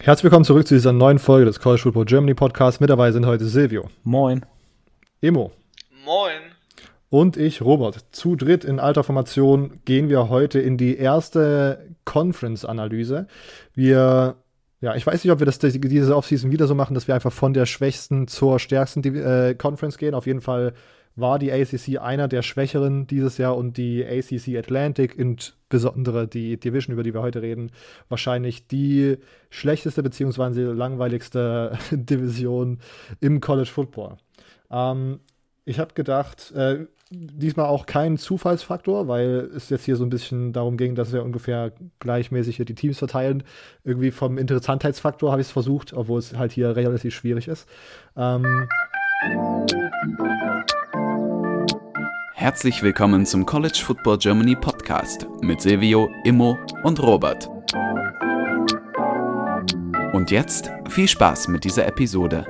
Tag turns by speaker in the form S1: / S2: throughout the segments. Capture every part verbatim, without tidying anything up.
S1: Herzlich willkommen zurück zu dieser neuen Folge des College Football Germany Podcast. Mit dabei sind heute Silvio.
S2: Moin.
S1: Emo.
S3: Moin.
S1: Und ich, Robert. Zu dritt in alter Formation gehen wir heute in die erste Conference-Analyse. Wir, ja, ich weiß nicht, ob wir das diese Offseason wieder so machen, dass wir einfach von der schwächsten zur stärksten äh, Conference gehen. Auf jeden Fall war die A C C einer der schwächeren dieses Jahr und die A C C Atlantic, insbesondere die Division, über die wir heute reden, wahrscheinlich die schlechteste bzw. langweiligste Division im College Football. Ähm, ich habe gedacht, äh, diesmal auch kein Zufallsfaktor, weil es jetzt hier so ein bisschen darum ging, dass wir ungefähr gleichmäßig hier die Teams verteilen. Irgendwie vom Interessantheitsfaktor habe ich es versucht, obwohl es halt hier relativ schwierig ist. Ähm,
S4: Herzlich willkommen zum College Football Germany Podcast mit Silvio, Immo und Robert. Und jetzt viel Spaß mit dieser Episode.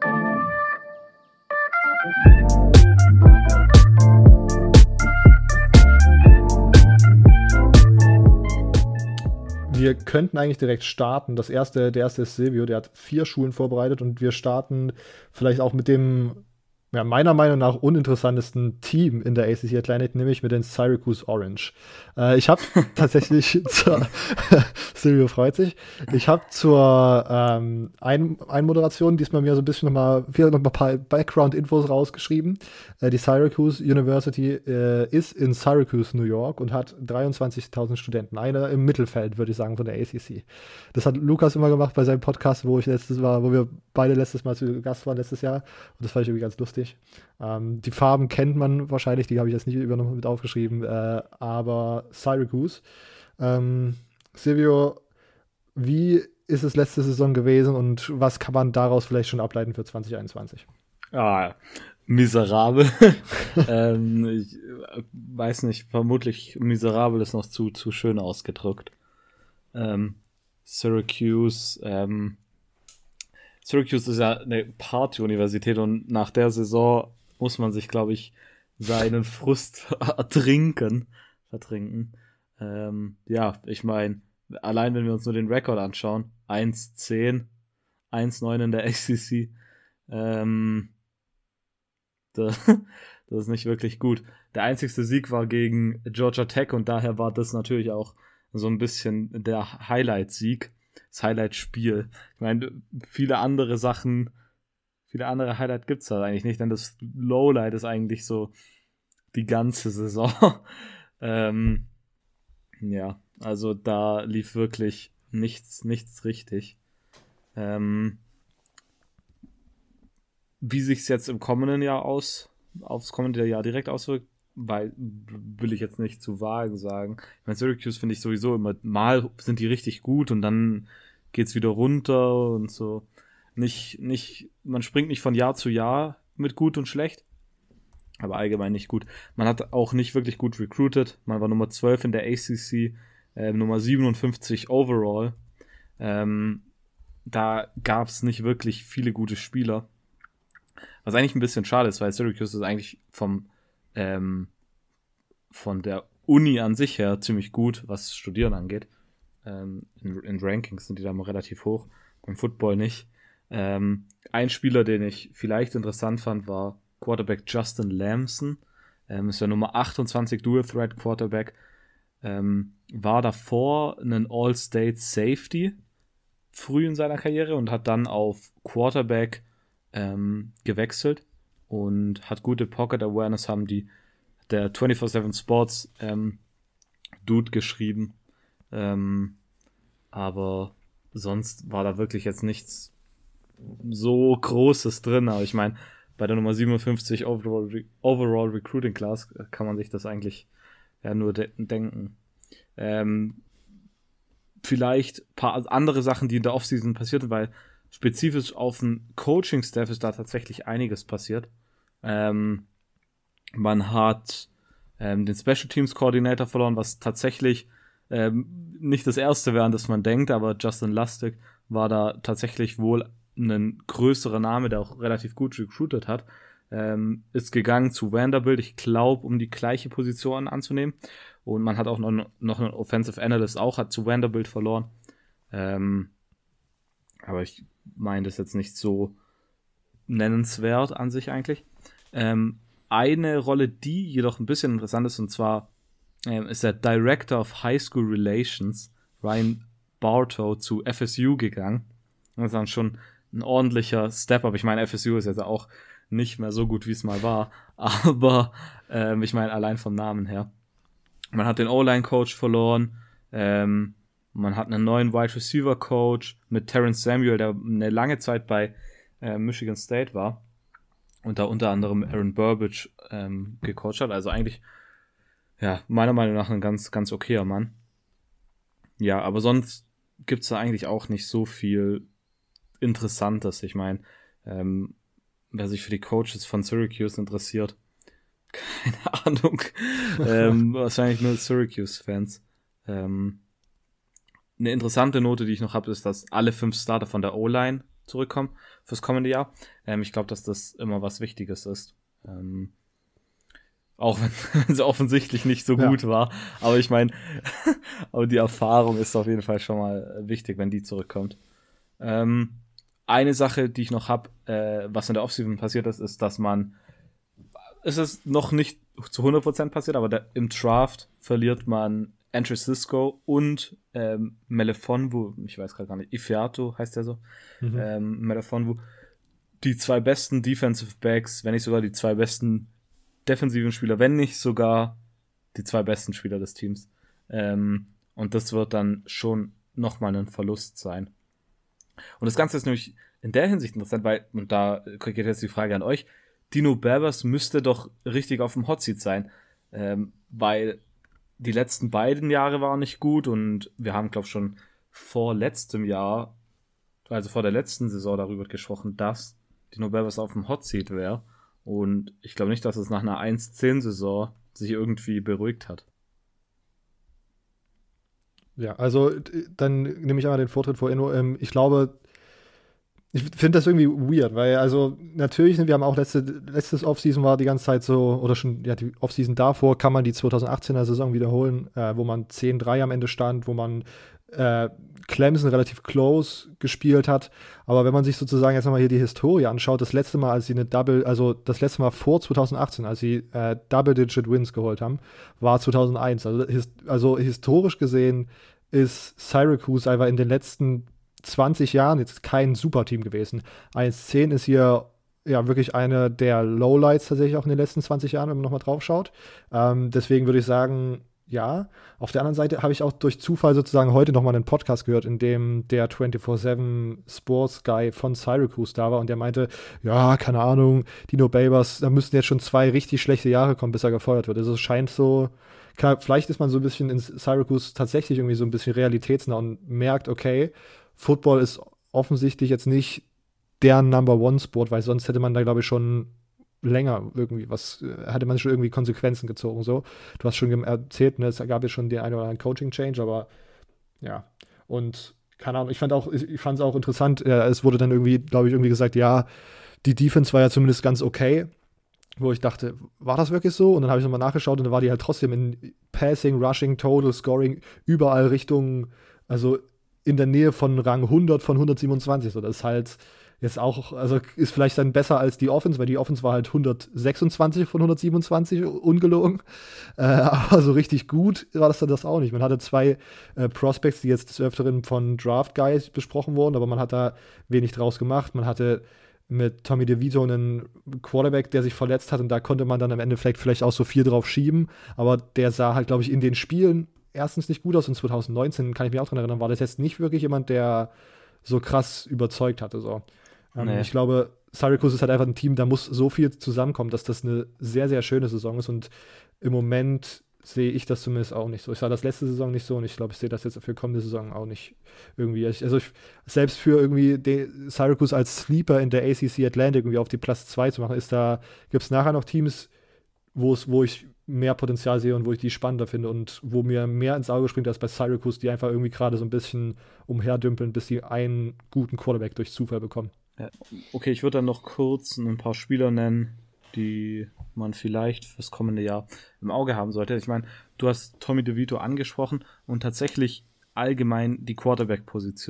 S1: Wir könnten eigentlich direkt starten. Das erste, der erste ist Silvio, der hat vier Schulen vorbereitet und wir starten vielleicht auch mit dem, ja, meiner Meinung nach uninteressantesten Team in der A C C Atlantic, nämlich mit den Syracuse Orange. Äh, ich habe tatsächlich, zur, Silvio freut sich, ich habe zur ähm, Ein Einmoderation diesmal mir so ein bisschen nochmal noch ein paar Background-Infos rausgeschrieben. Äh, die Syracuse University äh, ist in Syracuse, New York und hat dreiundzwanzigtausend Studenten. Einer im Mittelfeld, würde ich sagen, von der A C C. Das hat Lukas immer gemacht bei seinem Podcast, wo ich letztes Mal, wo wir beide letztes Mal zu Gast waren letztes Jahr. Und das fand ich irgendwie ganz lustig. Ähm, die Farben kennt man wahrscheinlich, die habe ich jetzt nicht übernommen mit aufgeschrieben, äh, aber Syracuse. Ähm, Silvio, wie ist es letzte Saison gewesen und was kann man daraus vielleicht schon ableiten für zwanzig einundzwanzig?
S2: Ah, miserabel. ähm, ich weiß nicht, vermutlich miserabel ist noch zu, zu schön ausgedrückt. Ähm, Syracuse, ähm, Syracuse ist ja eine Party-Universität und nach der Saison muss man sich, glaube ich, seinen Frust ertrinken, vertrinken. Ähm, ja, ich meine, allein wenn wir uns nur den Rekord anschauen, eins zehn, eins neun in der A C C, ähm, das, das ist nicht wirklich gut. Der einzigste Sieg war gegen Georgia Tech und daher war das natürlich auch so ein bisschen der Highlight-Sieg. Das Highlight-Spiel. Ich meine, viele andere Sachen, viele andere Highlight gibt's da eigentlich nicht, denn das Lowlight ist eigentlich so die ganze Saison. ähm, ja, also da lief wirklich nichts, nichts richtig. Ähm, wie sich's jetzt im kommenden Jahr aus, aufs kommende Jahr direkt auswirkt, weil, will ich jetzt nicht zu vage sagen. Ich meine, Syracuse finde ich sowieso immer, mal sind die richtig gut und dann geht's wieder runter und so. Nicht, nicht, man springt nicht von Jahr zu Jahr mit gut und schlecht, aber allgemein nicht gut. Man hat auch nicht wirklich gut recruited. Man war Nummer zwölf in der A C C, äh, Nummer siebenundfünfzig overall. Ähm, da gab's nicht wirklich viele gute Spieler. Was eigentlich ein bisschen schade ist, weil Syracuse ist eigentlich vom Ähm, von der Uni an sich her ziemlich gut, was Studieren angeht. Ähm, in, in Rankings sind die da mal relativ hoch, beim Football nicht. Ähm, ein Spieler, den ich vielleicht interessant fand, war Quarterback Justin Lamson. Ähm, ist der Nummer achtundzwanzig Dual Threat Quarterback. Ähm, war davor ein All-State Safety früh in seiner Karriere und hat dann auf Quarterback ähm, gewechselt. Und hat gute Pocket Awareness, haben die der vierundzwanzig sieben Sports ähm, Dude geschrieben. Ähm, aber sonst war da wirklich jetzt nichts so Großes drin. Aber ich meine, bei der Nummer siebenundfünfzig Overall, Re- Overall Recruiting Class kann man sich das eigentlich ja nur de- denken. Ähm, vielleicht ein paar andere Sachen, die in der Offseason passierten, weil spezifisch auf dem Coaching-Staff ist da tatsächlich einiges passiert. Ähm, man hat ähm, den Special Teams Coordinator verloren, was tatsächlich ähm, nicht das erste wäre, an das man denkt, aber Justin Lustig war da tatsächlich wohl ein größerer Name, der auch relativ gut recruited hat. Ähm, ist gegangen zu Vanderbilt, ich glaube, um die gleiche Position anzunehmen. Und man hat auch noch, noch einen Offensive Analyst auch, hat zu Vanderbilt verloren. Ähm, aber ich meine das jetzt nicht so nennenswert an sich eigentlich. Ähm, eine Rolle, die jedoch ein bisschen interessant ist, und zwar ähm, ist der Director of High School Relations, Ryan Bartow, zu F S U gegangen. Das ist dann schon ein ordentlicher Step-Up. Ich meine, F S U ist jetzt auch nicht mehr so gut, wie es mal war, aber ähm, ich meine, allein vom Namen her. Man hat den O-Line-Coach verloren, ähm, man hat einen neuen Wide Receiver-Coach mit Terrence Samuel, der eine lange Zeit bei äh, Michigan State war und da unter anderem Aaron Burbidge ähm, gecoacht hat. Also eigentlich, ja, meiner Meinung nach ein ganz, ganz okayer Mann. Ja, aber sonst gibt's da eigentlich auch nicht so viel Interessantes. Ich meine, ähm, wer sich für die Coaches von Syracuse interessiert, keine Ahnung, ähm, wahrscheinlich nur Syracuse-Fans. Ähm, eine interessante Note, die ich noch habe, ist, dass alle fünf Starter von der O-Line zurückkommen fürs kommende Jahr. Ähm, ich glaube, dass das immer was Wichtiges ist. Ähm, auch wenn es offensichtlich nicht so gut ja. war. Aber ich meine, aber die Erfahrung ist auf jeden Fall schon mal wichtig, wenn die zurückkommt. Ähm, eine Sache, die ich noch habe, äh, was in der Offseason passiert ist, ist, dass man, es ist noch nicht zu hundert Prozent passiert, aber der, im Draft verliert man Andre Cisco und ähm, Melifonwu, ich weiß gerade gar nicht, Ifeatu heißt der so, mhm. ähm, Melifonwu, die zwei besten Defensive Backs, wenn nicht sogar die zwei besten defensiven Spieler, wenn nicht sogar die zwei besten Spieler des Teams. Ähm, und das wird dann schon nochmal ein Verlust sein. Und das Ganze ist nämlich in der Hinsicht interessant, weil, und da geht jetzt die Frage an euch, Dino Babers müsste doch richtig auf dem Hotseat sein, ähm, weil die letzten beiden Jahre waren nicht gut und wir haben, glaube ich, schon vor letztem Jahr, also vor der letzten Saison darüber gesprochen, dass Dino Babers auf dem Hotseat wäre. Und ich glaube nicht, dass es nach einer eins zehn Saison sich irgendwie beruhigt hat.
S1: Ja, also dann nehme ich einmal den Vortritt vor Inno. Ähm, ich glaube, ich finde das irgendwie weird, weil also natürlich sind wir haben auch letzte, letztes Offseason war die ganze Zeit so, oder schon, ja, die Offseason davor kann man die zwanzig achtzehner Saison wiederholen, äh, wo man zehn drei am Ende stand, wo man äh, Clemson relativ close gespielt hat. Aber wenn man sich sozusagen jetzt nochmal hier die Historie anschaut, das letzte Mal, als sie eine Double, also das letzte Mal vor zwanzig achtzehn, als sie äh, Double-Digit-Wins geholt haben, war zweitausendeins. Also, his- also historisch gesehen ist Syracuse einfach in den letzten zwanzig Jahren jetzt kein Superteam gewesen. eins zehn ist hier ja wirklich eine der Lowlights tatsächlich auch in den letzten zwanzig Jahren, wenn man nochmal drauf schaut. Ähm, deswegen würde ich sagen, ja. Auf der anderen Seite habe ich auch durch Zufall sozusagen heute nochmal einen Podcast gehört, in dem der vierundzwanzig sieben Sports Guy von Syracuse da war und der meinte, ja, keine Ahnung, Dino Babers, da müssten jetzt schon zwei richtig schlechte Jahre kommen, bis er gefeuert wird. Also es scheint so, klar, vielleicht ist man so ein bisschen in Syracuse tatsächlich irgendwie so ein bisschen realitätsnah und merkt, okay, Football ist offensichtlich jetzt nicht der Number-One-Sport, weil sonst hätte man da, glaube ich, schon länger irgendwie was, hatte man schon irgendwie Konsequenzen gezogen, so. Du hast schon erzählt, ne, es gab ja schon den einen oder anderen Coaching-Change, aber ja, und keine Ahnung, ich fand auch, ich fand es auch interessant, äh, es wurde dann irgendwie, glaube ich, irgendwie gesagt, ja, die Defense war ja zumindest ganz okay, wo ich dachte, war das wirklich so? Und dann habe ich nochmal nachgeschaut und dann war die halt trotzdem in Passing, Rushing, Total, Scoring, überall Richtung, also in der Nähe von Rang hundert von hundertsiebenundzwanzig, so, das ist halt jetzt auch, also ist vielleicht dann besser als die Offense, weil die Offense war halt hundertsechsundzwanzig von hundertsiebenundzwanzig, ungelogen. Äh, aber so richtig gut war das dann das auch nicht. Man hatte zwei äh, Prospects, die jetzt des Öfteren von Draft Guys besprochen wurden, aber man hat da wenig draus gemacht. Man hatte mit Tommy DeVito einen Quarterback, der sich verletzt hat und da konnte man dann am Ende vielleicht, vielleicht auch so viel drauf schieben, aber der sah halt, glaube ich, in den Spielen erstens nicht gut aus und zwanzig neunzehn, kann ich mich auch dran erinnern, war das jetzt nicht wirklich jemand, der so krass überzeugt hatte, so. Ähm, nee. Ich glaube, Syracuse ist halt einfach ein Team, da muss so viel zusammenkommen, dass das eine sehr, sehr schöne Saison ist und im Moment sehe ich das zumindest auch nicht so. Ich sah das letzte Saison nicht so und ich glaube, ich sehe das jetzt für kommende Saison auch nicht irgendwie. Also ich, selbst für irgendwie den Syracuse als Sleeper in der A C C Atlantic irgendwie auf die Platz zwei zu machen, ist da, gibt es nachher noch Teams, wo es, wo ich mehr Potenzial sehe und wo ich die spannender finde und wo mir mehr ins Auge springt als bei Syracuse, die einfach irgendwie gerade so ein bisschen umherdümpeln, bis sie einen guten Quarterback durch Zufall bekommen.
S2: Ja, okay, ich würde dann noch kurz ein paar Spieler nennen, die man vielleicht fürs kommende Jahr im Auge haben sollte. Ich meine, du hast Tommy DeVito angesprochen und tatsächlich allgemein die Quarterback-Position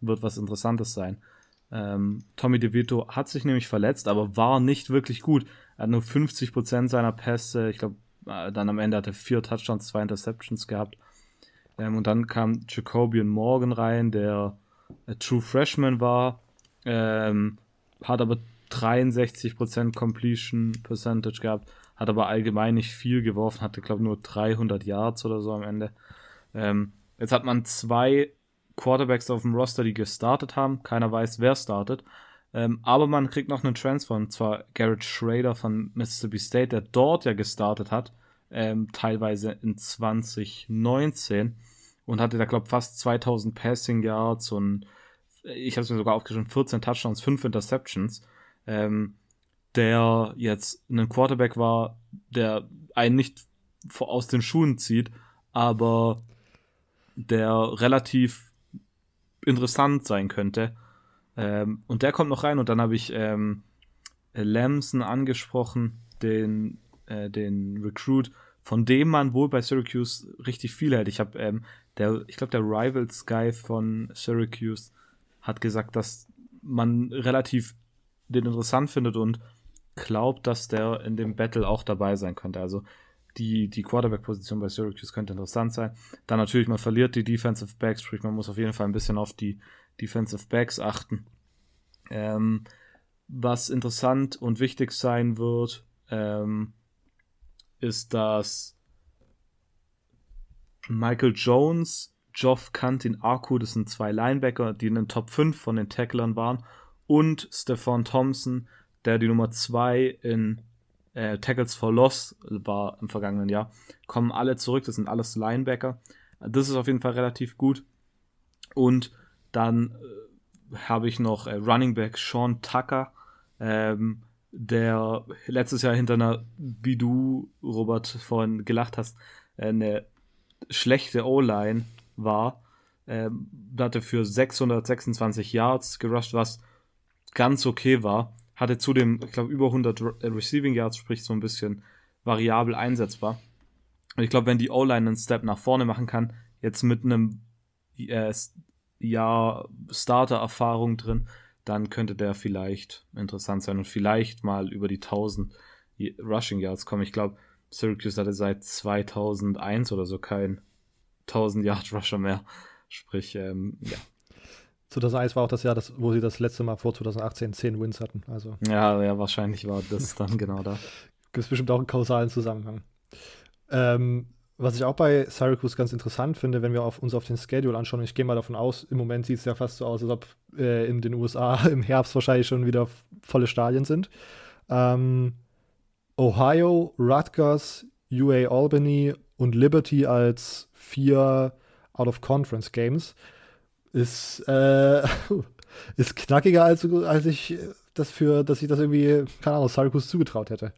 S2: wird was Interessantes sein. Ähm, Tommy DeVito hat sich nämlich verletzt, aber war nicht wirklich gut. Er hat nur fünfzig Prozent seiner Pässe, ich glaube, äh, dann am Ende hat er vier Touchdowns, zwei Interceptions gehabt. Ähm, und dann kam Jacobian Morgan rein, der äh, True Freshman war, ähm, hat aber dreiundsechzig Prozent Completion Percentage gehabt, hat aber allgemein nicht viel geworfen, hatte, glaube ich, nur dreihundert Yards oder so am Ende. Ähm, jetzt hat man zwei Quarterbacks auf dem Roster, die gestartet haben. Keiner weiß, wer startet. Ähm, aber man kriegt noch einen Transfer, und zwar Garrett Schrader von Mississippi State, der dort ja gestartet hat, ähm, teilweise in zwanzig neunzehn und hatte da, glaube ich, fast zweitausend Passing Yards und ich habe es mir sogar aufgeschrieben, vierzehn Touchdowns, fünf Interceptions. Ähm, der jetzt ein Quarterback war, der einen nicht aus den Schuhen zieht, aber der relativ interessant sein könnte. Ähm, und der kommt noch rein und dann habe ich ähm, Lamson angesprochen, den, äh, den Recruit, von dem man wohl bei Syracuse richtig viel hält. Ich habe, ähm, der, ich glaube, der Rivals-Guy von Syracuse hat gesagt, dass man relativ den interessant findet und glaubt, dass der in dem Battle auch dabei sein könnte. Also die, die Quarterback-Position bei Syracuse könnte interessant sein. Dann natürlich, man verliert die Defensive Backs, sprich, man muss auf jeden Fall ein bisschen auf die Defensive Backs achten. Ähm, was interessant und wichtig sein wird, ähm, ist, dass Michael Jones, Geoff Kantin Aku, das sind zwei Linebacker, die in den Top fünf von den Tacklern waren, und Stephon Thompson, der die Nummer zwei in äh, Tackles for Loss war im vergangenen Jahr, kommen alle zurück, das sind alles Linebacker. Das ist auf jeden Fall relativ gut. Und dann äh, habe ich noch äh, Running Back Sean Tucker, ähm, der letztes Jahr hinter einer, wie du, Robert, vorhin gelacht hast, äh, eine schlechte O-Line war. Ähm, hatte für sechshundertsechsundzwanzig Yards gerusht, was ganz okay war. Hatte zudem, ich glaube, über hundert Re- Receiving Yards, sprich so ein bisschen variabel einsetzbar. Und ich glaube, wenn die O-Line einen Step nach vorne machen kann, jetzt mit einem äh, Jahr Starter-Erfahrung drin, dann könnte der vielleicht interessant sein und vielleicht mal über die tausend Rushing Yards kommen. Ich glaube, Syracuse hatte seit zweitausendeins oder so kein tausend Yard Rusher mehr. Sprich, ähm, ja.
S1: zweitausendeins war auch das Jahr, das, wo sie das letzte Mal vor zweitausendachtzehn zehn Wins hatten. Also
S2: Ja, ja, wahrscheinlich war das dann genau da.
S1: gibt es bestimmt auch einen kausalen Zusammenhang. Ähm, was ich auch bei Syracuse ganz interessant finde, wenn wir auf, uns auf den Schedule anschauen, und ich gehe mal davon aus, im Moment sieht es ja fast so aus, als ob äh, in den U S A im Herbst wahrscheinlich schon wieder volle Stadien sind. Ähm, Ohio, Rutgers, U A Albany und Liberty als vier Out-of-Conference-Games ist, äh, ist knackiger, als, als ich das für, dass ich das irgendwie, keine Ahnung, Syracuse zugetraut hätte.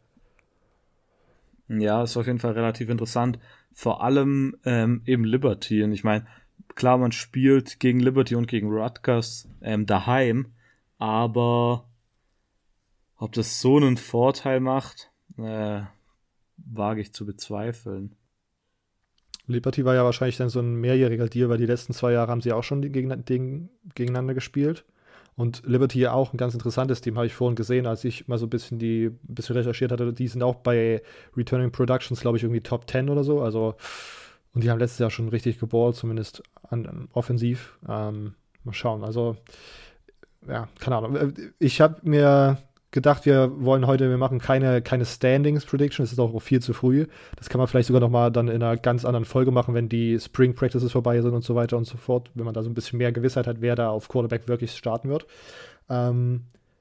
S2: Ja, ist auf jeden Fall relativ interessant. Vor allem ähm, eben Liberty. Und ich meine, klar, man spielt gegen Liberty und gegen Rutgers ähm, daheim, aber ob das so einen Vorteil macht, äh, wage ich zu bezweifeln.
S1: Liberty war ja wahrscheinlich dann so ein mehrjähriger Deal, weil die letzten zwei Jahre haben sie auch schon gegen, gegen, gegeneinander gespielt. Und Liberty ja auch ein ganz interessantes Team, habe ich vorhin gesehen, als ich mal so ein bisschen die ein bisschen recherchiert hatte. Die sind auch bei Returning Productions, glaube ich, irgendwie Top zehn oder so. Also, und die haben letztes Jahr schon richtig geballt, zumindest an, an offensiv. Ähm, mal schauen. Also, ja, keine Ahnung. Ich habe mir gedacht, wir wollen heute, wir machen keine, keine Standings-Prediction, das ist auch viel zu früh. Das kann man vielleicht sogar nochmal dann in einer ganz anderen Folge machen, wenn die Spring Practices vorbei sind und so weiter und so fort, wenn man da so ein bisschen mehr Gewissheit hat, wer da auf Quarterback wirklich starten wird. Ähm,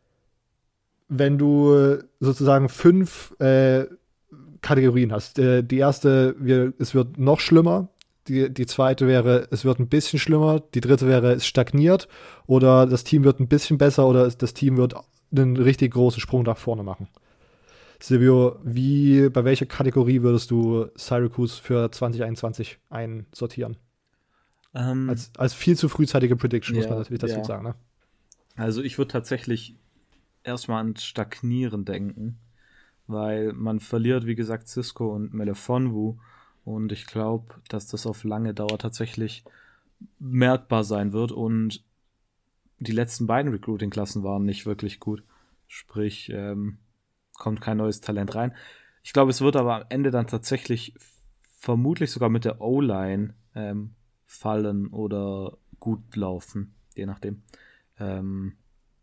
S1: wenn du sozusagen fünf äh, Kategorien hast, äh, die erste, wir, es wird noch schlimmer, die, die zweite wäre, es wird ein bisschen schlimmer, die dritte wäre, es stagniert oder das Team wird ein bisschen besser oder das Team wird einen richtig großen Sprung nach vorne machen. Silvio, wie, bei welcher Kategorie würdest du Syracuse für zwanzig einundzwanzig einsortieren?
S2: Ähm,
S1: als, als viel zu frühzeitige Prediction, muss
S2: ja,
S1: man natürlich dazu
S2: ja.
S1: sagen. Ne?
S2: Also ich würde tatsächlich erstmal an Stagnieren denken, weil man verliert, wie gesagt, Cisco und Melifonwu und ich glaube, dass das auf lange Dauer tatsächlich merkbar sein wird und die letzten beiden Recruiting-Klassen waren nicht wirklich gut. Sprich, ähm, kommt kein neues Talent rein. Ich glaube, es wird aber am Ende dann tatsächlich vermutlich sogar mit der O-Line ähm, fallen oder gut laufen, je nachdem. Ähm,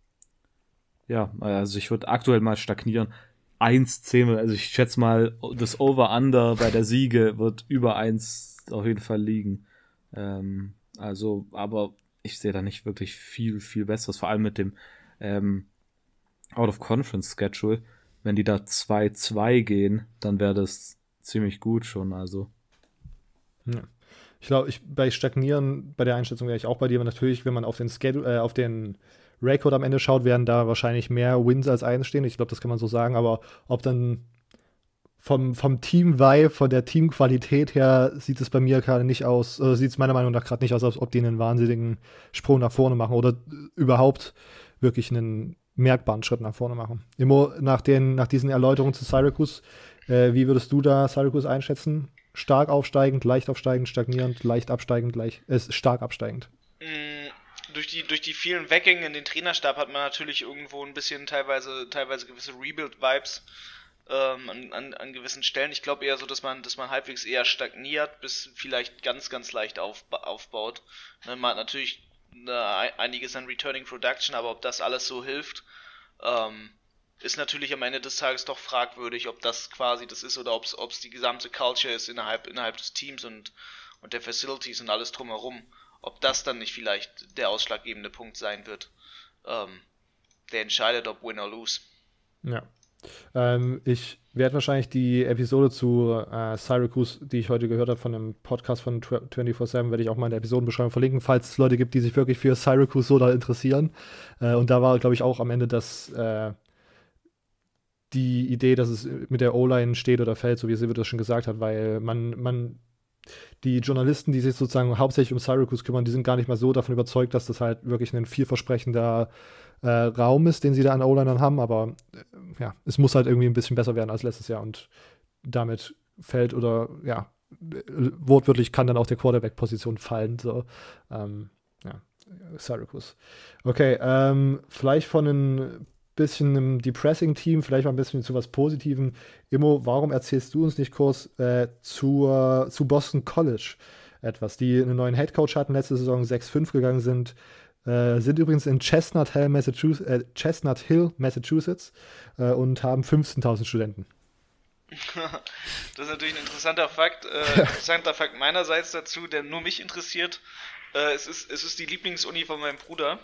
S2: ja, also ich würde aktuell mal stagnieren. eins zehn, also ich schätze mal, das Over-Under bei der Siege wird über eins auf jeden Fall liegen. Ähm, also, aber ich sehe da nicht wirklich viel, viel Besseres, vor allem mit dem ähm, Out-of-Conference-Schedule. Wenn die da zwei zwei gehen, dann wäre das ziemlich gut schon, also.
S1: Ja. Ich glaube, ich, bei Stagnieren, bei der Einschätzung wäre ich auch bei dir, aber natürlich, wenn man auf den Schedule, äh, auf den Raycode am Ende schaut, werden da wahrscheinlich mehr Wins als Eins stehen. Ich glaube, das kann man so sagen, aber ob dann vom, vom Team-Vibe, von der Teamqualität her, sieht es bei mir gerade nicht aus, äh, sieht es meiner Meinung nach gerade nicht aus, als ob die einen wahnsinnigen Sprung nach vorne machen oder überhaupt wirklich einen merkbaren Schritt nach vorne machen. Immer nach, den, nach diesen Erläuterungen zu Syracuse, äh, wie würdest du da Syracuse einschätzen? Stark aufsteigend, leicht aufsteigend, stagnierend, leicht absteigend, leicht, äh, stark absteigend.
S3: Mm, durch die, durch die vielen Weggänge in den Trainerstab hat man natürlich irgendwo ein bisschen teilweise, teilweise gewisse Rebuild-Vibes ähm, an, an, an gewissen Stellen. Ich glaube eher so, dass man, dass man halbwegs eher stagniert, bis vielleicht ganz, ganz leicht auf, aufbaut. Ne, man hat natürlich ne, einiges an Returning Production, aber ob das alles so hilft, ähm, ist natürlich am Ende des Tages doch fragwürdig, ob das quasi das ist oder ob es die gesamte Culture ist innerhalb, innerhalb des Teams und, und der Facilities und alles drumherum. Ob das dann nicht vielleicht der ausschlaggebende Punkt sein wird, ähm, der entscheidet, ob win or lose.
S1: Ja. Ähm, ich werde wahrscheinlich die Episode zu äh, Syracuse, die ich heute gehört habe von einem Podcast von vierundzwanzig sieben, werde ich auch mal in der Episodenbeschreibung verlinken, falls es Leute gibt, die sich wirklich für Syracuse so da interessieren. Äh, und da war, glaube ich, auch am Ende das äh, die Idee, dass es mit der O-Line steht oder fällt, so wie Silvio das schon gesagt hat, weil man, man, die Journalisten, die sich sozusagen hauptsächlich um Syracuse kümmern, die sind gar nicht mal so davon überzeugt, dass das halt wirklich ein vielversprechender äh, Raum ist, den sie da an O-Linern haben, aber äh, ja, es muss halt irgendwie ein bisschen besser werden als letztes Jahr und damit fällt oder ja, wortwörtlich kann dann auch der Quarterback-Position fallen, so, ähm, ja, Syracuse. Okay, ähm, vielleicht von den bisschen einem Depressing-Team, vielleicht mal ein bisschen zu was Positivem. Immo, warum erzählst du uns nicht kurz äh, zur, zu Boston College etwas, die einen neuen Headcoach hatten, letzte Saison sechs fünf gegangen sind, äh, sind übrigens in Chestnut Hill, Massachusetts, äh, Chestnut Hill, Massachusetts äh, und haben fünfzehntausend Studenten.
S3: Das ist natürlich ein interessanter Fakt, äh, interessanter Fakt meinerseits dazu, der nur mich interessiert. Äh, es ist, es ist die Lieblingsuni von meinem Bruder.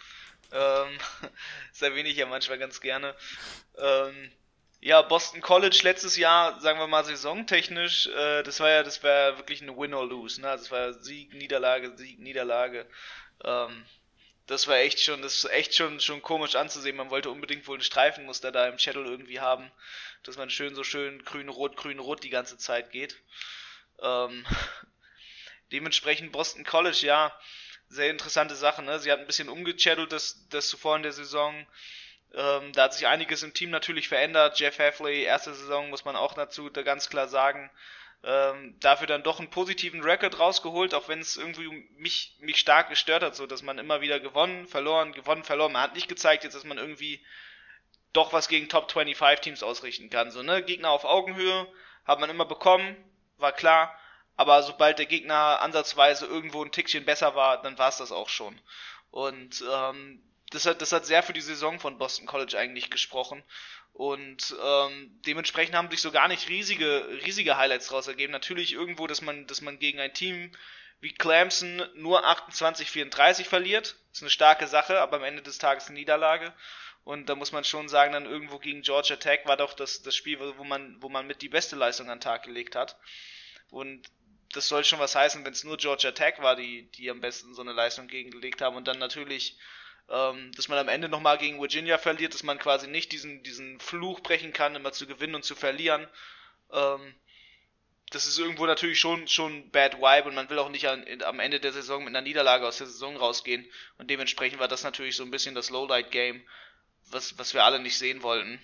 S3: Ähm, das erwähne ich ja manchmal ganz gerne. Ähm, ja, Boston College letztes Jahr, sagen wir mal saisontechnisch, äh, das war ja, das war wirklich eine Win or Lose, ne? Das war Sieg, Niederlage, Sieg, Niederlage. Ähm, das war echt schon, das ist echt schon, schon komisch anzusehen. Man wollte unbedingt wohl ein Streifenmuster da im Schedule irgendwie haben, dass man schön so schön grün-rot, grün-rot die ganze Zeit geht. Ähm, dementsprechend Boston College, ja, sehr interessante Sache, ne? Sie hat ein bisschen umgechannelt, das, das zuvor in der Saison. Ähm, da hat sich einiges im Team natürlich verändert. Jeff Hafley, erste Saison, muss man auch dazu da ganz klar sagen. Ähm, dafür dann doch einen positiven Record rausgeholt, auch wenn es irgendwie mich, mich stark gestört hat, so dass man immer wieder gewonnen, verloren, gewonnen, verloren. Man hat nicht gezeigt jetzt, dass man irgendwie doch was gegen Top fünfundzwanzig Teams ausrichten kann. So, ne? Gegner auf Augenhöhe hat man immer bekommen, war klar. Aber sobald der Gegner ansatzweise irgendwo ein Tickchen besser war, dann war es das auch schon. Und ähm, das hat, das hat sehr für die Saison von Boston College eigentlich gesprochen. Und ähm, dementsprechend haben sich so gar nicht riesige, riesige Highlights draus ergeben. Natürlich irgendwo, dass man, dass man gegen ein Team wie Clemson nur achtundzwanzig vierunddreißig verliert. Das ist eine starke Sache, aber am Ende des Tages eine Niederlage. Und da muss man schon sagen, dann irgendwo gegen Georgia Tech war doch das, das Spiel, wo man, wo man mit die beste Leistung an den Tag gelegt hat. Und das soll schon was heißen, wenn es nur Georgia Tech war, die, die am besten so eine Leistung gegengelegt haben. Und dann natürlich, ähm, dass man am Ende nochmal gegen Virginia verliert, dass man quasi nicht diesen, diesen Fluch brechen kann, immer zu gewinnen und zu verlieren. Ähm, das ist irgendwo natürlich schon, schon bad vibe und man will auch nicht an, am Ende der Saison mit einer Niederlage aus der Saison rausgehen. Und dementsprechend war das natürlich so ein bisschen das Lowlight-Game, was, was wir alle nicht sehen wollten.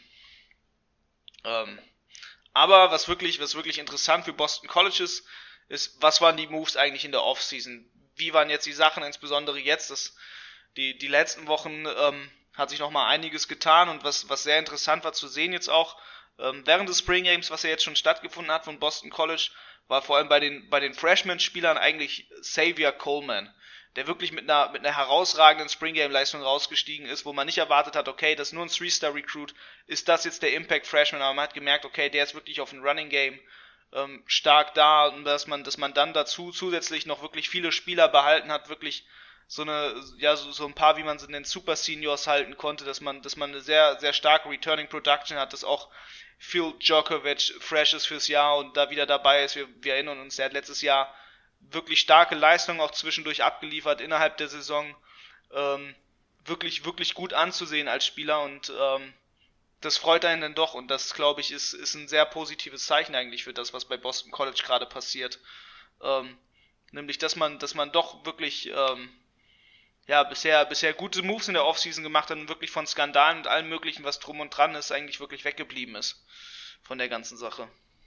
S3: Ähm, aber was wirklich, was wirklich interessant für Boston College ist, ist, was waren die Moves eigentlich in der Offseason? Wie waren jetzt die Sachen, insbesondere jetzt, dass die, die letzten Wochen ähm, hat sich nochmal einiges getan und was, was sehr interessant war zu sehen jetzt auch, ähm, während des Spring Games, was ja jetzt schon stattgefunden hat von Boston College, war vor allem bei den, bei den Freshman-Spielern eigentlich Xavier Coleman, der wirklich mit einer, mit einer herausragenden Spring-Game-Leistung rausgestiegen ist, wo man nicht erwartet hat, okay, das ist nur ein Three-Star-Recruit, ist das jetzt der Impact-Freshman, aber man hat gemerkt, okay, der ist wirklich auf ein Running-Game ähm, stark da und dass man, dass man dann dazu zusätzlich noch wirklich viele Spieler behalten hat, wirklich so eine, ja, so, so ein paar, wie man sie in den Super Seniors halten konnte, dass man, dass man eine sehr, sehr starke Returning Production hat, dass auch Phil Djokovic fresh ist fürs Jahr und da wieder dabei ist. Wir, wir erinnern uns, er hat letztes Jahr wirklich starke Leistungen auch zwischendurch abgeliefert innerhalb der Saison. Ähm, wirklich, wirklich gut anzusehen als Spieler und ähm, das freut einen dann doch und das, glaube ich, ist, ist ein sehr positives Zeichen eigentlich für das, was bei Boston College gerade passiert. Ähm, nämlich, dass man, dass man doch wirklich ähm, ja, bisher, bisher gute Moves in der Offseason gemacht hat und wirklich von Skandalen und allem möglichen, was drum und dran ist, eigentlich wirklich weggeblieben ist von der ganzen Sache.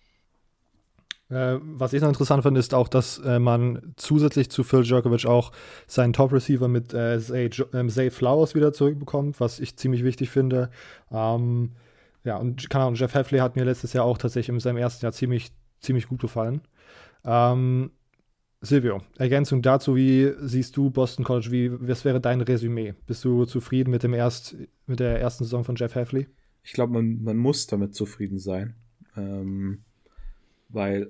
S1: Äh, was ich noch interessant finde, ist auch, dass äh, man zusätzlich zu Phil Djokovic auch seinen Top-Receiver mit äh, Zay, äh, Zay Flowers wieder zurückbekommt, was ich ziemlich wichtig finde. Ähm, ja, und keine Ahnung, Jeff Hafley hat mir letztes Jahr auch tatsächlich in seinem ersten Jahr ziemlich, ziemlich gut gefallen. Ähm, Silvio, Ergänzung dazu, wie siehst du Boston College, wie, was wäre dein Resümee? Bist du zufrieden mit, dem erst, mit der ersten Saison von Jeff Hafley?
S2: Ich glaube, man, man muss damit zufrieden sein, ähm, weil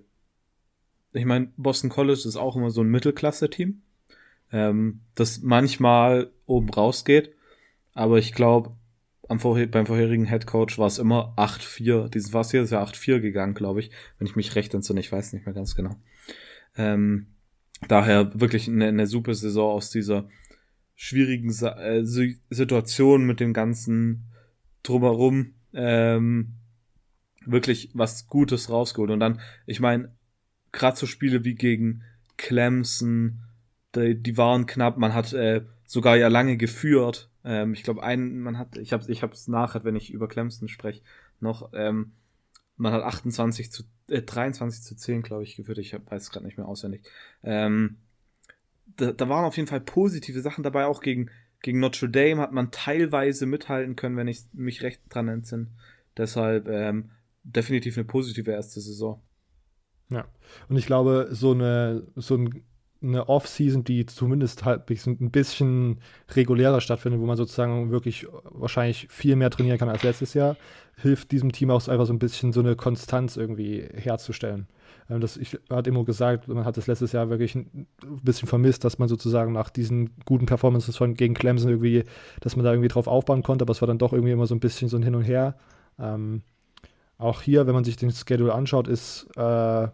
S2: ich meine, Boston College ist auch immer so ein Mittelklasse-Team, ähm, das manchmal oben rausgeht, aber ich glaube, am vorher, beim vorherigen Headcoach war es immer acht vier, dieses war es hier, ist ja acht vier gegangen, glaube ich, wenn ich mich recht entsinne, ich weiß nicht mehr ganz genau. Ähm, daher wirklich eine, eine super Saison aus dieser schwierigen Sa- äh, Situation mit dem ganzen Drumherum, ähm, wirklich was Gutes rausgeholt. Und dann, ich meine, gerade so Spiele wie gegen Clemson, die, die waren knapp, man hat äh, sogar ja lange geführt. Ähm, ich glaube, ein, man hat, ich hab's, ich hab's nachher, wenn ich über Clemson spreche, noch, ähm, man hat achtundzwanzig zu, äh, dreiundzwanzig zu zehn, glaube ich, geführt. Ich weiß es gerade nicht mehr auswendig. Ähm, da, da waren auf jeden Fall positive Sachen dabei. Auch gegen, gegen Notre Dame hat man teilweise mithalten können, wenn ich mich recht dran entsinne. Deshalb ähm, definitiv eine positive erste Saison.
S1: Ja, und ich glaube, so eine, so ein, eine Off-Season, die zumindest halt ein bisschen regulärer stattfindet, wo man sozusagen wirklich wahrscheinlich viel mehr trainieren kann als letztes Jahr, hilft diesem Team auch einfach so ein bisschen so eine Konstanz irgendwie herzustellen. Ähm, das, ich hatte immer gesagt, man hat das letztes Jahr wirklich ein bisschen vermisst, dass man sozusagen nach diesen guten Performances von gegen Clemson irgendwie, dass man da irgendwie drauf aufbauen konnte, aber es war dann doch irgendwie immer so ein bisschen so ein Hin und Her. Ähm, auch hier, wenn man sich den Schedule anschaut, ist äh,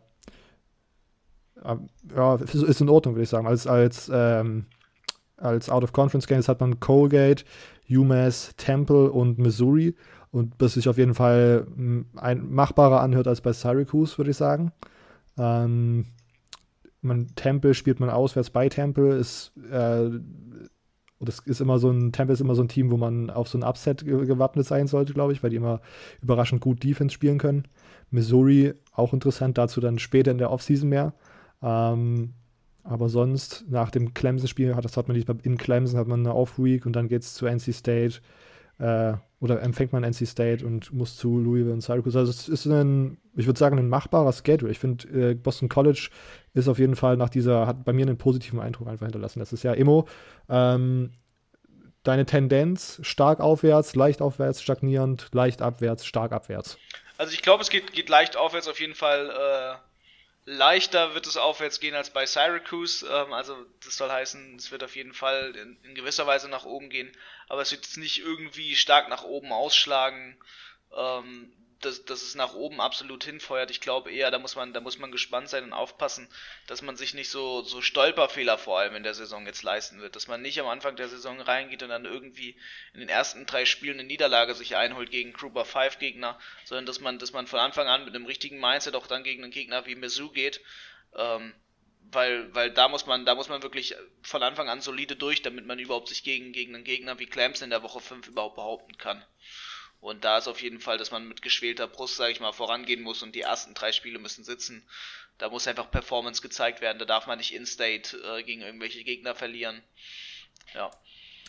S1: ja, ist in Ordnung, würde ich sagen. Als, als, ähm, als Out-of-Conference-Games hat man Colgate, UMass, Temple und Missouri. Und das sich auf jeden Fall ein machbarer anhört als bei Syracuse, würde ich sagen. Ähm, man, Temple spielt man auswärts bei Temple. Ist, äh, das ist immer so ein, Temple ist immer so ein Team, wo man auf so ein Upset gewappnet sein sollte, glaube ich, weil die immer überraschend gut Defense spielen können. Missouri, auch interessant, dazu dann später in der Offseason mehr. Ähm, aber sonst, nach dem Clemson-Spiel, hat, das hat man nicht, in Clemson hat man eine Off-Week und dann geht es zu N C State äh, oder empfängt man N C State und muss zu Louisville und Syracuse. Also es ist ein, ich würde sagen, ein machbarer Schedule. Ich finde, äh, Boston College ist auf jeden Fall nach dieser, hat bei mir einen positiven Eindruck einfach hinterlassen. Das ist ja Immo. Ähm, deine Tendenz, stark aufwärts, leicht aufwärts, stagnierend, leicht abwärts, stark abwärts.
S3: Also ich glaube, es geht, geht leicht aufwärts auf jeden Fall. Äh Leichter wird es aufwärts gehen als bei Syracuse, ähm, also das soll heißen, es wird auf jeden Fall in, in gewisser Weise nach oben gehen, aber es wird jetzt nicht irgendwie stark nach oben ausschlagen, ähm, dass, dass es nach oben absolut hinfeuert. Ich glaube eher, da muss man, da muss man gespannt sein und aufpassen, dass man sich nicht so, so Stolperfehler vor allem in der Saison jetzt leisten wird, dass man nicht am Anfang der Saison reingeht und dann irgendwie in den ersten drei Spielen eine Niederlage sich einholt gegen Group of Five Gegner, sondern dass man, dass man von Anfang an mit einem richtigen Mindset auch dann gegen einen Gegner wie Mizzou geht, ähm, weil, weil da muss man, da muss man wirklich von Anfang an solide durch, damit man überhaupt sich gegen, gegen einen Gegner wie Clemson in der Woche fünf überhaupt behaupten kann. Und da ist auf jeden Fall, dass man mit geschwelter Brust, sage ich mal, vorangehen muss und die ersten drei Spiele müssen sitzen. Da muss einfach Performance gezeigt werden. Da darf man nicht in-state äh, gegen irgendwelche Gegner verlieren. Ja.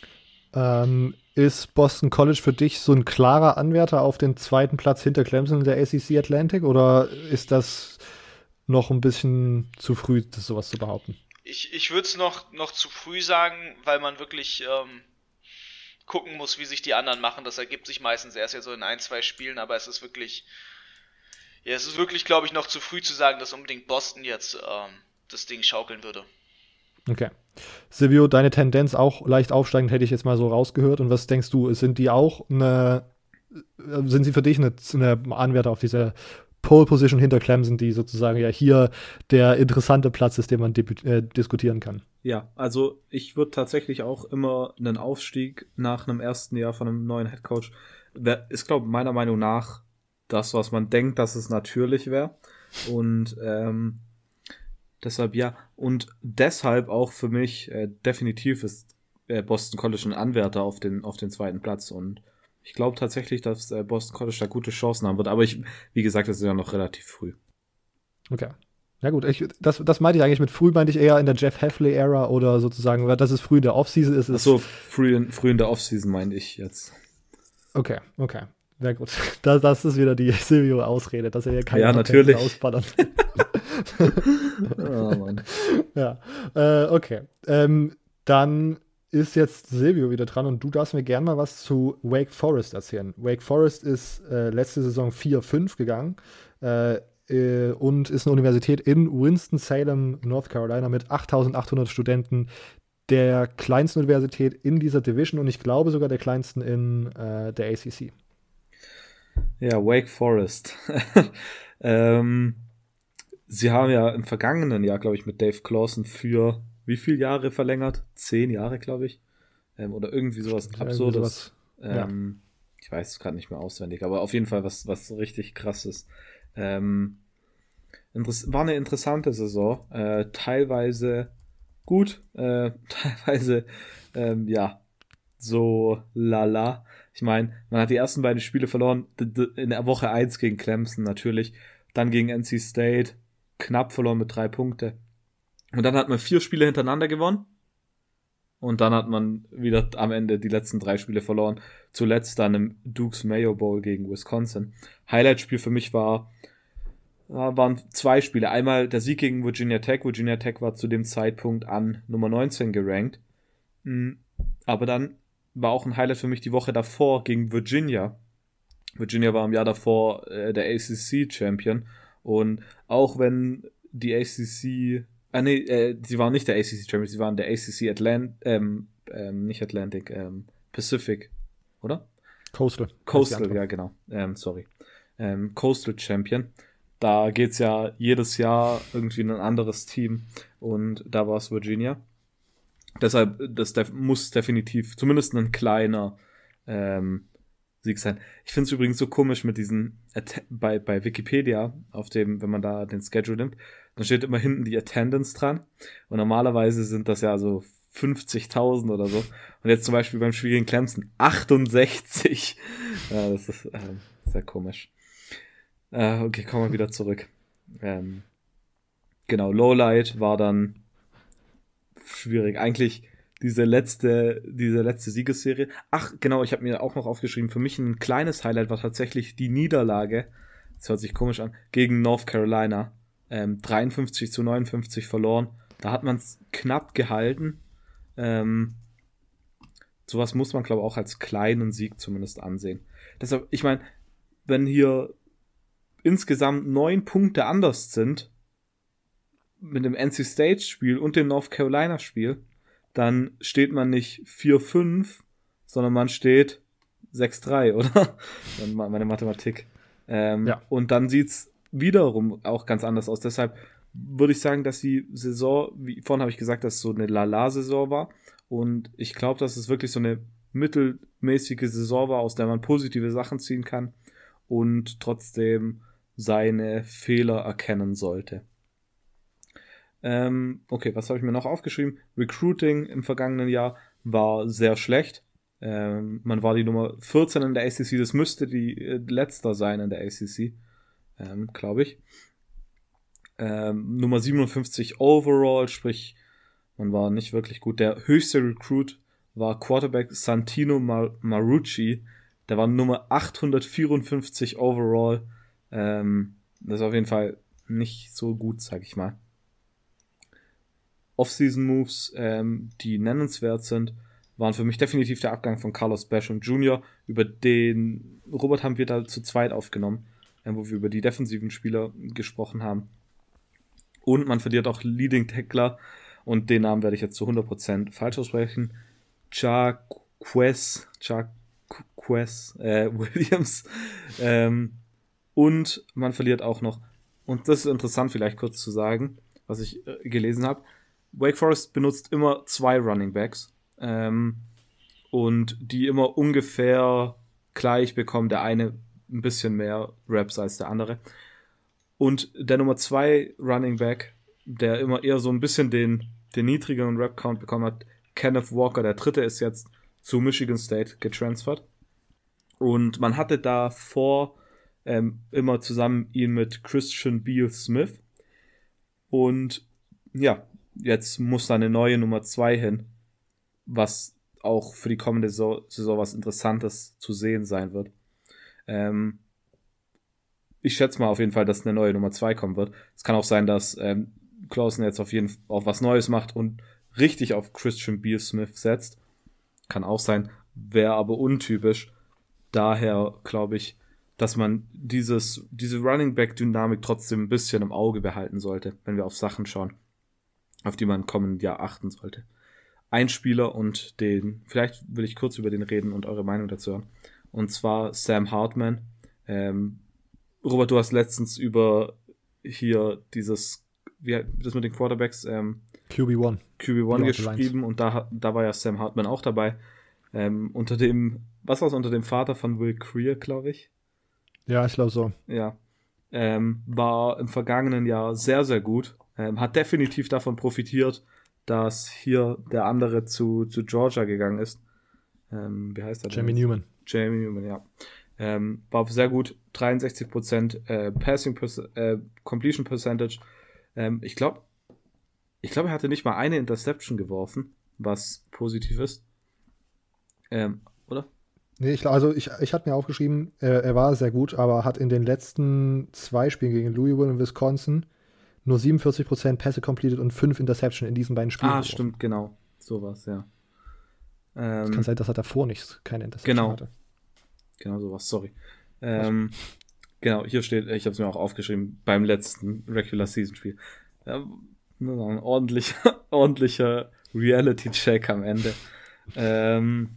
S1: Ähm, ist Boston College für dich so ein klarer Anwärter auf den zweiten Platz hinter Clemson in der A C C Atlantic oder ist das noch ein bisschen zu früh, das sowas zu behaupten?
S3: Ich, ich würde es noch, noch zu früh sagen, weil man wirklich ähm, gucken muss, wie sich die anderen machen. Das ergibt sich meistens erst ja so in ein, zwei Spielen, aber es ist wirklich, ja, es ist wirklich, glaube ich, noch zu früh zu sagen, dass unbedingt Boston jetzt ähm, das Ding schaukeln würde.
S1: Okay. Silvio, deine Tendenz auch leicht aufsteigend, hätte ich jetzt mal so rausgehört. Und was denkst du, sind die auch eine, sind sie für dich eine, eine Anwärter auf diese Pole Position hinter Clemson, die sozusagen ja hier der interessante Platz ist, den man äh, diskutieren kann?
S2: Ja, also ich würde tatsächlich auch immer einen Aufstieg nach einem ersten Jahr von einem neuen Headcoach, ist, glaube ich, meiner Meinung nach das, was man denkt, dass es natürlich wäre. Und ähm, deshalb ja. Und deshalb auch für mich äh, definitiv ist äh, Boston College ein Anwärter auf den, auf den zweiten Platz. Und ich glaube tatsächlich, dass äh, Boston College da gute Chancen haben wird. Aber ich, wie gesagt, das ist ja noch relativ früh.
S1: Okay. Ja gut, ich, das, das meinte ich eigentlich mit früh, meinte ich eher in der Jeff Hafley-Ära oder sozusagen, dass es früh in der Offseason ist.
S2: Achso, früh in, früh in der Offseason meinte ich jetzt.
S1: Okay, okay. Ja gut, das, das ist wieder die Silvio-Ausrede, dass er hier keine
S2: ja, natürlich
S1: ausballern.
S2: Oh Mann.
S1: Ja, äh, okay. Ähm, dann ist jetzt Silvio wieder dran und du darfst mir gerne mal was zu Wake Forest erzählen. Wake Forest ist äh, letzte Saison vier fünf gegangen äh, äh, und ist eine Universität in Winston-Salem, North Carolina mit achttausendachthundert Studenten, der kleinsten Universität in dieser Division und ich glaube sogar der kleinsten in äh, der A C C.
S2: Ja, Wake Forest. ähm, sie haben ja im vergangenen Jahr, glaube ich, mit Dave Clawson für wie viele Jahre verlängert? Zehn Jahre, glaube ich. Ähm, oder irgendwie sowas Absurdes. Irgendwie sowas. Ähm, ja. Ich weiß es gerade nicht mehr auswendig, aber auf jeden Fall was, was richtig krasses. Ähm, war eine interessante Saison. Äh, teilweise gut, äh, teilweise ähm, ja, so lala. Ich meine, man hat die ersten beiden Spiele verloren, in der Woche eins gegen Clemson natürlich, dann gegen N C State, knapp verloren mit drei Punkte. Und dann hat man vier Spiele hintereinander gewonnen und dann hat man wieder am Ende die letzten drei Spiele verloren. Zuletzt dann im Duke's Mayo Bowl gegen Wisconsin. Highlight-Spiel für mich war, waren zwei Spiele. Einmal der Sieg gegen Virginia Tech. Virginia Tech war zu dem Zeitpunkt an Nummer neunzehn gerankt. Aber dann war auch ein Highlight für mich die Woche davor gegen Virginia. Virginia war im Jahr davor äh, der A C C-Champion. Und auch wenn die A C C, ah nee, äh, sie waren nicht der A C C-Champion, sie waren der A C C Atlantic, ähm, ähm, nicht Atlantic, ähm, Pacific, oder?
S1: Coastal.
S2: Coastal, ja genau, ähm, sorry. Ähm, Coastal Champion. Da geht's ja jedes Jahr irgendwie in ein anderes Team und da war es Virginia. Deshalb, das def- muss definitiv zumindest ein kleiner ähm, Sieg sein. Ich finde es übrigens so komisch mit diesen At- bei, bei Wikipedia, auf dem, wenn man da den Schedule nimmt, dann steht immer hinten die Attendance dran. Und normalerweise sind das ja so fünfzigtausend oder so. Und jetzt zum Beispiel beim Spiel gegen Clemson achtundsechzig. Ja, das ist äh, sehr komisch. Äh, okay, kommen wir wieder zurück. Ähm, genau, Lowlight war dann schwierig. Eigentlich diese letzte, diese letzte Siegesserie. Ach, genau, ich habe mir auch noch aufgeschrieben, für mich ein kleines Highlight war tatsächlich die Niederlage, das hört sich komisch an, gegen North Carolina. Ähm, dreiundfünfzig zu neunundfünfzig verloren. Da hat man es knapp gehalten. Ähm, sowas muss man, glaube ich, auch als kleinen Sieg zumindest ansehen. Deshalb, ich meine, wenn hier insgesamt neun Punkte anders sind, mit dem N C State-Spiel und dem North Carolina-Spiel, dann steht man nicht vier fünf, sondern man steht sechs drei, oder? Meine Mathematik. Ähm, ja. Und dann sieht's wiederum auch ganz anders aus. Deshalb würde ich sagen, dass die Saison, wie vorhin habe ich gesagt, dass es so eine Lala-Saison war. Und ich glaube, dass es wirklich so eine mittelmäßige Saison war, aus der man positive Sachen ziehen kann und trotzdem seine Fehler erkennen sollte. Ähm, okay, was habe ich mir noch aufgeschrieben? Recruiting im vergangenen Jahr war sehr schlecht. Ähm, man war die Nummer vierzehn in der A C C, das müsste die äh, letzter sein in der A C C, ähm, glaube ich. Ähm, Nummer siebenundfünfzig overall, sprich, man war nicht wirklich gut. Der höchste Recruit war Quarterback Santino Mar- Marucci. Der war Nummer achthundertvierundfünfzig overall. Ähm, das ist auf jeden Fall nicht so gut, sag ich mal. Off-Season-Moves, ähm, die nennenswert sind, waren für mich definitiv der Abgang von Carlos Basham Junior Über den Robert haben wir da zu zweit aufgenommen, äh, wo wir über die defensiven Spieler gesprochen haben. Und man verliert auch Leading Tackler, und den Namen werde ich jetzt zu hundert Prozent falsch aussprechen. Jaquez, Jaquez äh, Williams. Ähm, und man verliert auch noch, und das ist interessant vielleicht kurz zu sagen, was ich äh, gelesen habe, Wake Forest benutzt immer zwei Running Backs, ähm, und die immer ungefähr gleich bekommen, der eine ein bisschen mehr Reps als der andere. Und der Nummer zwei Running Back, der immer eher so ein bisschen den, den niedrigeren Rep-Count bekommen hat, Kenneth Walker, der dritte, ist jetzt zu Michigan State getransfert. Und man hatte davor ähm, immer zusammen ihn mit Christian Beal Smith. Und ja, jetzt muss da eine neue Nummer zwei hin, was auch für die kommende Saison, Saison was Interessantes zu sehen sein wird. Ähm, ich schätze mal auf jeden Fall, dass eine neue Nummer zwei kommen wird. Es kann auch sein, dass ähm, Clausen jetzt auf jeden Fall auf was Neues macht und richtig auf Christian Beal Smith setzt. Kann auch sein, wäre aber untypisch. Daher glaube ich, dass man dieses, diese Running Back Dynamik trotzdem ein bisschen im Auge behalten sollte, wenn wir auf Sachen schauen, auf die man im kommenden Jahr achten sollte. Ein Spieler, und den, vielleicht will ich kurz über den reden und eure Meinung dazu hören. Und zwar Sam Hartman. Ähm, Robert, du hast letztens über hier dieses, wie das mit den Quarterbacks, ähm,
S1: Q B eins.
S2: Q B eins geschrieben, und da, da war ja Sam Hartman auch dabei. Ähm, unter dem, was war es, unter dem Vater von Will Grier, glaube ich?
S1: Ja, ich glaube so.
S2: Ja. Ähm, war im vergangenen Jahr sehr, sehr gut. Ähm, hat definitiv davon profitiert, dass hier der andere zu, zu Georgia gegangen ist. Ähm, wie heißt der?
S1: Jamie denn? Newman.
S2: Jamie Newman, ja. Ähm, war sehr gut. dreiundsechzig Prozent äh, Passing Perc- äh, Completion Percentage. Ähm, ich glaube, ich glaube, er hatte nicht mal eine Interception geworfen, was positiv ist. Ähm, oder?
S1: Nee, ich, also ich, ich hatte mir aufgeschrieben, er, er war sehr gut, aber hat in den letzten zwei Spielen gegen Louisville und Wisconsin nur siebenundvierzig Prozent Pässe completed und fünf Interception in diesen beiden Spielen.
S2: Ah,
S1: geworfen.
S2: Stimmt, genau. Sowas, ja. Ähm,
S1: es kann sein, dass er davor nicht keine Interception
S2: genau.
S1: hatte.
S2: Genau sowas, sorry. Ähm, genau, hier steht, ich habe es mir auch aufgeschrieben, beim letzten Regular Season Spiel. Ja, ein ordentlicher, ordentlicher Reality-Check am Ende. Ähm,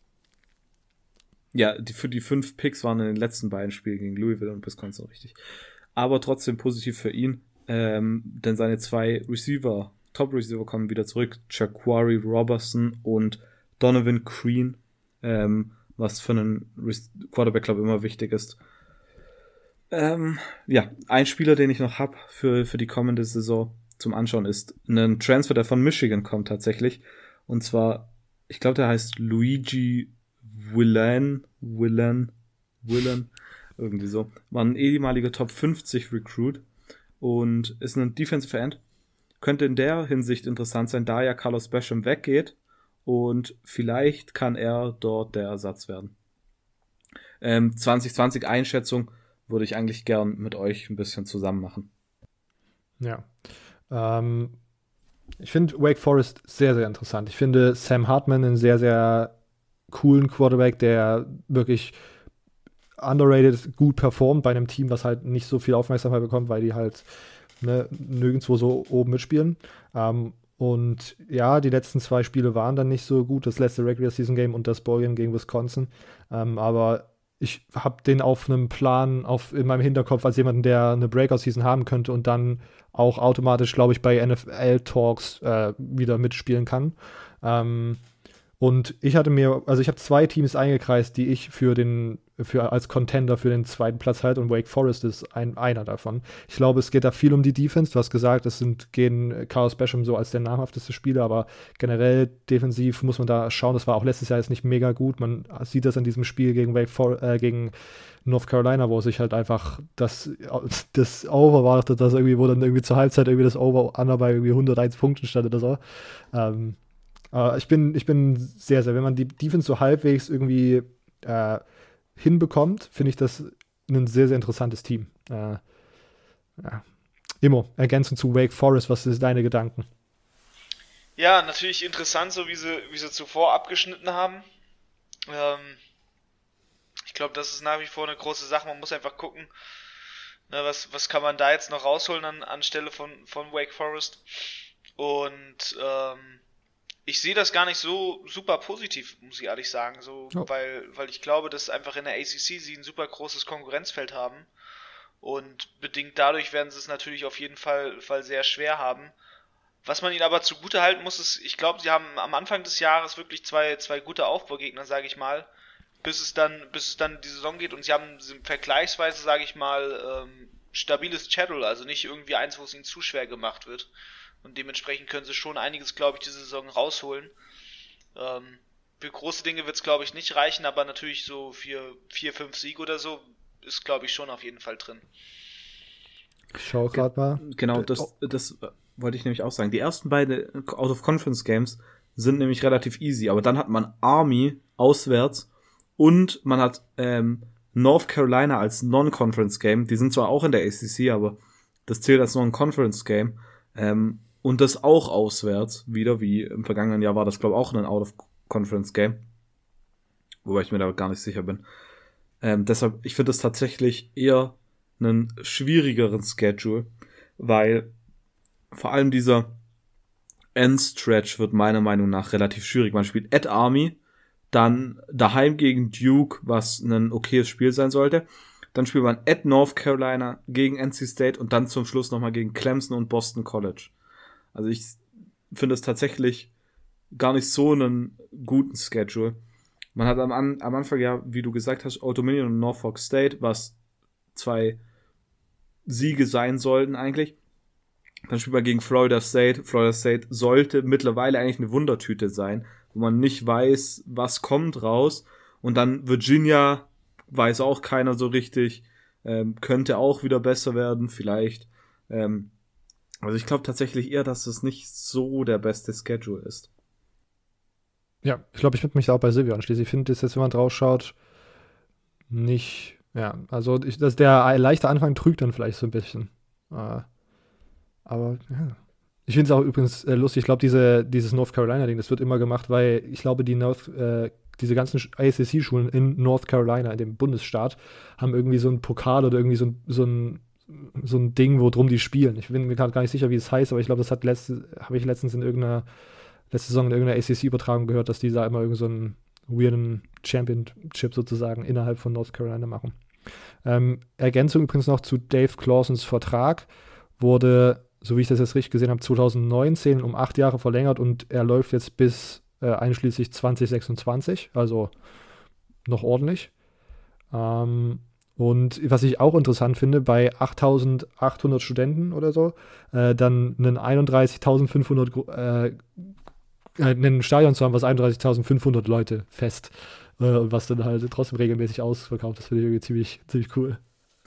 S2: ja, die, für die fünf Picks waren in den letzten beiden Spielen gegen Louisville und Wisconsin richtig. Aber trotzdem positiv für ihn, ähm, denn seine zwei Receiver, Top-Receiver kommen wieder zurück, Jaquari Robertson und Donovan Green, ähm, was für einen Quarterback, glaube ich, immer wichtig ist. Ähm, ja, ein Spieler, den ich noch habe für, für die kommende Saison zum Anschauen, ist ein Transfer, der von Michigan kommt tatsächlich. Und zwar, ich glaube, der heißt Luigi Willan, Willan, Willan, irgendwie so. War ein ehemaliger Top fünfzig Recruit und ist ein Defensive End. Könnte in der Hinsicht interessant sein, da ja Carlos Basham weggeht. Und vielleicht kann er dort der Ersatz werden. Ähm, zwanzig zwanzig Einschätzung würde ich eigentlich gern mit euch ein bisschen zusammen machen.
S1: Ja. Ähm, ich finde Wake Forest sehr, sehr interessant. Ich finde Sam Hartman einen sehr, sehr coolen Quarterback, der wirklich underrated gut performt bei einem Team, was halt nicht so viel Aufmerksamkeit bekommt, weil die halt ne, nirgendwo so oben mitspielen. Ähm, Und ja, die letzten zwei Spiele waren dann nicht so gut, das letzte Regular Season Game und das Bowl Game gegen Wisconsin. Ähm, aber ich habe den auf einem Plan auf, in meinem Hinterkopf als jemanden, der eine Breakout-Season haben könnte und dann auch automatisch, glaube ich, bei N F L-Talks äh, wieder mitspielen kann. Ähm, und ich hatte mir, also ich habe zwei Teams eingekreist, die ich für den, für als Contender für den zweiten Platz halte, und Wake Forest ist ein, einer davon. Ich glaube, es geht da viel um die Defense. Du hast gesagt, es sind, gehen Carlos Basham so als der namhafteste Spieler, aber generell defensiv muss man da schauen. Das war auch letztes Jahr jetzt nicht mega gut. Man sieht das in diesem Spiel gegen Wake For- äh, gegen North Carolina, wo sich halt einfach das, das Over war, das irgendwie, wo dann irgendwie zur Halbzeit irgendwie das Over-Under bei irgendwie hunderteins Punkten stand oder so. Ähm, Äh, ich, bin, ich bin sehr, sehr, wenn man die Defense so halbwegs irgendwie äh, hinbekommt, finde ich das ein sehr, sehr interessantes Team. Äh, ja. Immo, ergänzend zu Wake Forest, was sind deine Gedanken?
S3: Ja, natürlich interessant, so wie sie, wie sie zuvor abgeschnitten haben. Ähm, ich glaube, das ist nach wie vor eine große Sache. Man muss einfach gucken, ne, was, was kann man da jetzt noch rausholen an, anstelle von, von Wake Forest. Und ähm, ich sehe das gar nicht so super positiv, muss ich ehrlich sagen, so,
S1: Oh.
S3: weil, weil ich glaube, dass einfach in der A C C sie ein super großes Konkurrenzfeld haben und bedingt dadurch werden sie es natürlich auf jeden Fall, Fall sehr schwer haben. Was man ihnen aber zugute halten muss, ist, ich glaube, sie haben am Anfang des Jahres wirklich zwei, zwei gute Aufbaugegner, sage ich mal, bis es dann, bis es dann die Saison geht und sie haben vergleichsweise, sage ich mal, ähm, stabiles Schedule, also nicht irgendwie eins, wo es ihnen zu schwer gemacht wird. Und dementsprechend können sie schon einiges, glaube ich, diese Saison rausholen. Ähm, für große Dinge wird es, glaube ich, nicht reichen, aber natürlich so für vier, fünf Siege oder so ist, glaube ich, schon auf jeden Fall drin.
S1: Ich schaue gerade mal.
S2: Genau,
S1: Äh,
S2: das,
S1: oh.
S2: das äh, wollte ich nämlich auch sagen. Die ersten beiden Out-of-Conference-Games sind nämlich relativ easy, aber dann hat man Army auswärts und man hat ähm, North Carolina als Non-Conference-Game. Die sind zwar auch in der A C C, aber das zählt als Non-Conference-Game. Ähm, und das auch auswärts wieder, wie im vergangenen Jahr war das, glaube ich, auch ein Out-of-Conference-Game. Wobei ich mir da gar nicht sicher bin. Ähm, deshalb, ich finde das tatsächlich eher einen schwierigeren Schedule, weil vor allem dieser Endstretch wird meiner Meinung nach relativ schwierig. Man spielt at Army, dann daheim gegen Duke, was ein okayes Spiel sein sollte. Dann spielt man at North Carolina gegen N C State und dann zum Schluss nochmal gegen Clemson und Boston College. Also ich finde es tatsächlich gar nicht so einen guten Schedule. Man hat am, An- am Anfang ja, wie du gesagt hast, Old Dominion und Norfolk State, was zwei Siege sein sollten eigentlich. Dann spielt man gegen Florida State. Florida State sollte mittlerweile eigentlich eine Wundertüte sein, wo man nicht weiß, was kommt raus. Und dann Virginia, weiß auch keiner so richtig, ähm, könnte auch wieder besser werden, vielleicht. Ähm, also ich glaube tatsächlich eher, dass es nicht so der beste Schedule ist.
S1: Ja, ich glaube, ich würde mich da auch bei Silvio anschließen. Ich finde, das jetzt, wenn man drauf schaut, nicht, ja, also ich, dass der leichte Anfang trügt dann vielleicht so ein bisschen. Äh, aber ja. Ich finde es auch übrigens äh, lustig, ich glaube, diese, dieses North Carolina-Ding, das wird immer gemacht, weil ich glaube, die North, äh, diese ganzen A C C-Schulen in North Carolina, in dem Bundesstaat, haben irgendwie so einen Pokal oder irgendwie so ein, so ein, so ein Ding, wo drum die spielen. Ich bin mir gerade gar nicht sicher, wie es heißt, aber ich glaube, das hat letzte, habe ich letztens in irgendeiner letzte Saison in irgendeiner A C C-Übertragung gehört, dass die da immer irgend so einen weirden Championship sozusagen innerhalb von North Carolina machen. Ähm, Ergänzung übrigens noch zu Dave Clawsons Vertrag wurde, so wie ich das jetzt richtig gesehen habe, zwanzig neunzehn um acht Jahre verlängert und er läuft jetzt bis äh, einschließlich zwanzig sechsundzwanzig, also noch ordentlich. Ähm, und was ich auch interessant finde, bei achttausendachthundert Studenten oder so, äh, dann einen einunddreißigtausendfünfhundert äh, ein Stadion zu haben, was einunddreißigtausendfünfhundert Leute fest äh, und was dann halt trotzdem regelmäßig ausverkauft. Das finde ich irgendwie ziemlich, ziemlich cool.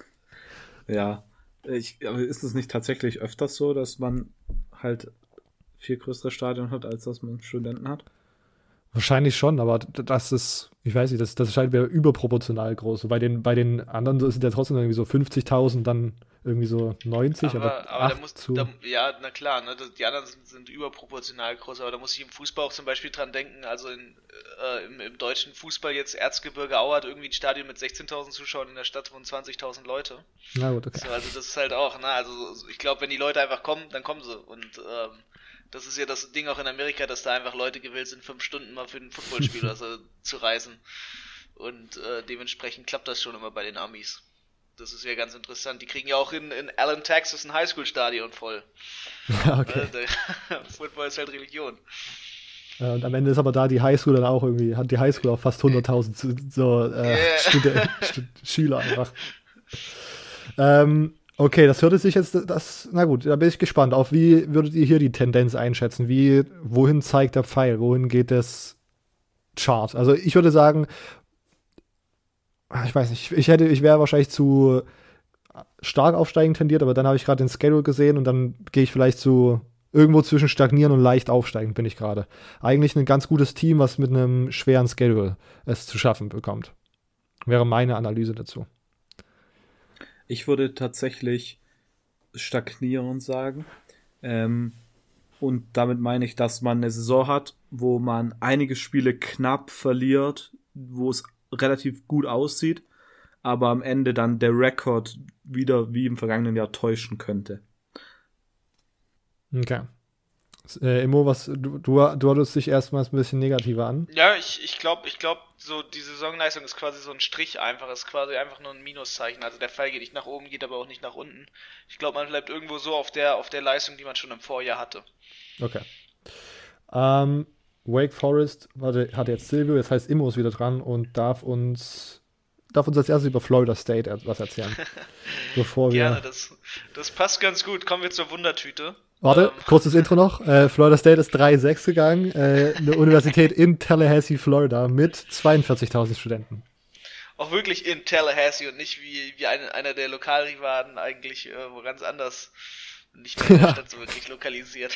S2: Ja, ich, aber ist es nicht tatsächlich öfters so, dass man halt viel größere Stadion hat, als dass man Studenten hat?
S1: Wahrscheinlich schon, aber das ist, ich weiß nicht, das, das scheint mir überproportional groß. Bei den, bei den anderen sind ja trotzdem irgendwie so fünfzigtausend, dann irgendwie so neunzig, aber,
S3: Aber, aber da
S1: acht
S3: muss,
S1: zu.
S3: da, ja, na klar, ne, das- die anderen sind, sind überproportional groß, aber da muss ich im Fußball auch zum Beispiel dran denken, also in, äh, im, im deutschen Fußball jetzt Erzgebirge Aue hat irgendwie ein Stadion mit sechzehntausend Zuschauern, in der Stadt wohnen zwanzigtausend Leute.
S1: Na gut, okay.
S3: So, also das ist halt auch, ne, also ich glaube, wenn die Leute einfach kommen, dann kommen sie und ähm, das ist ja das Ding auch in Amerika, dass da einfach Leute gewillt sind, fünf Stunden mal für ein Footballspiel also, zu reisen und äh, dementsprechend klappt das schon immer bei den Amis. Das ist ja ganz interessant. Die kriegen ja auch in, in Allen, Texas ein Highschool-Stadion voll.
S1: Ja, okay.
S3: Ne, der Football ist halt Religion.
S1: Ja, und am Ende ist aber da die Highschool dann auch irgendwie, hat die Highschool auch fast hunderttausend zu- so äh,
S3: Yeah.
S1: Studi- Stu- Schüler einfach. Ähm, okay, das hörte sich jetzt, das, na gut, da bin ich gespannt. Auf wie würdet ihr hier die Tendenz einschätzen? Wie, wohin zeigt der Pfeil? Wohin geht das Chart? Also ich würde sagen, ah, ich weiß nicht, ich hätte, ich wäre wahrscheinlich zu stark aufsteigend tendiert, aber dann habe ich gerade den Schedule gesehen und dann gehe ich vielleicht zu irgendwo zwischen stagnieren und leicht aufsteigen bin ich gerade. Eigentlich ein ganz gutes Team, was mit einem schweren Schedule es zu schaffen bekommt. Wäre meine Analyse dazu.
S2: Ich würde tatsächlich stagnieren sagen. Ähm, und damit meine ich, dass man eine Saison hat, wo man einige Spiele knapp verliert, wo es relativ gut aussieht, aber am Ende dann der Rekord wieder wie im vergangenen Jahr täuschen könnte.
S1: Okay. Äh, Immo, was, du, du, du hattest dich erstmals ein bisschen negativer an.
S3: Ja, ich, ich glaube, ich glaube, so die Saisonleistung ist quasi so ein Strich einfach, ist quasi einfach nur ein Minuszeichen. Also der Pfeil geht nicht nach oben, geht aber auch nicht nach unten. Ich glaube, man bleibt irgendwo so auf der, auf der Leistung, die man schon im Vorjahr hatte.
S1: Okay. Ähm, Wake Forest warte, hat jetzt Silvio, jetzt heißt Immo ist wieder dran und darf uns, darf uns als erstes über Florida State was erzählen. Bevor wir
S3: Gerne, das, das passt ganz gut. Kommen wir zur Wundertüte.
S1: Warte, ähm. kurzes Intro noch. Äh, Florida State ist drei sechs gegangen, äh, eine Universität in Tallahassee, Florida, mit zweiundvierzigtausend Studenten.
S3: Auch wirklich in Tallahassee und nicht wie, wie ein, einer der Lokalrivalen eigentlich äh, wo ganz anders, nicht mehr in der Stadt so wirklich lokalisiert.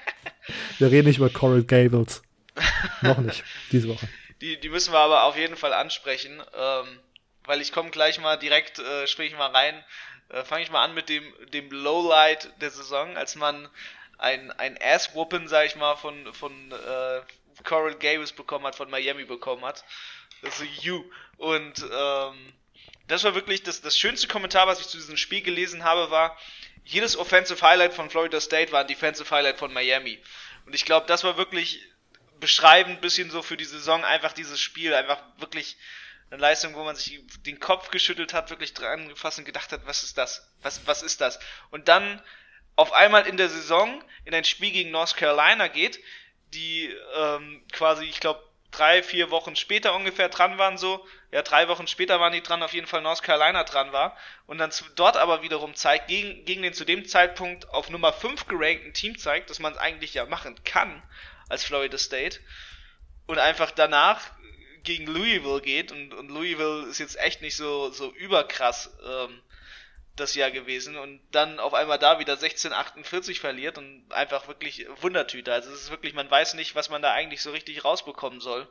S1: Wir reden nicht über Coral Gables. Noch nicht, diese Woche.
S3: Die, die müssen wir aber auf jeden Fall ansprechen, ähm, weil ich komme gleich mal direkt, äh, sprich ich mal rein, Äh, fange ich mal an mit dem, dem Lowlight der Saison, als man ein, ein Ass-Whooping, sag ich mal, von, von äh, Coral Gables bekommen hat, von Miami bekommen hat. Also you. Und ähm, das war wirklich das, das schönste Kommentar, was ich zu diesem Spiel gelesen habe, war, jedes Offensive Highlight von Florida State war ein Defensive Highlight von Miami. Und ich glaube, das war wirklich beschreibend, bisschen so für die Saison, einfach dieses Spiel, einfach wirklich eine Leistung, wo man sich den Kopf geschüttelt hat, wirklich dran gefasst und gedacht hat, was ist das? Was, was ist das? Und dann auf einmal in der Saison in ein Spiel gegen North Carolina geht, die ähm, quasi, ich glaube, drei, vier Wochen später ungefähr dran waren so. Ja, drei Wochen später waren die dran, auf jeden Fall North Carolina dran war. Und dann zu, dort aber wiederum zeigt, gegen, gegen den zu dem Zeitpunkt auf Nummer fünf gerankten Team zeigt, dass man es eigentlich ja machen kann als Florida State. Und einfach danach gegen Louisville geht und, und Louisville ist jetzt echt nicht so, so überkrass ähm, das Jahr gewesen und dann auf einmal da wieder sechzehn achtundvierzig verliert und einfach wirklich Wundertüte. Also es ist wirklich, man weiß nicht, was man da eigentlich so richtig rausbekommen soll.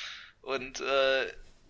S3: Und äh,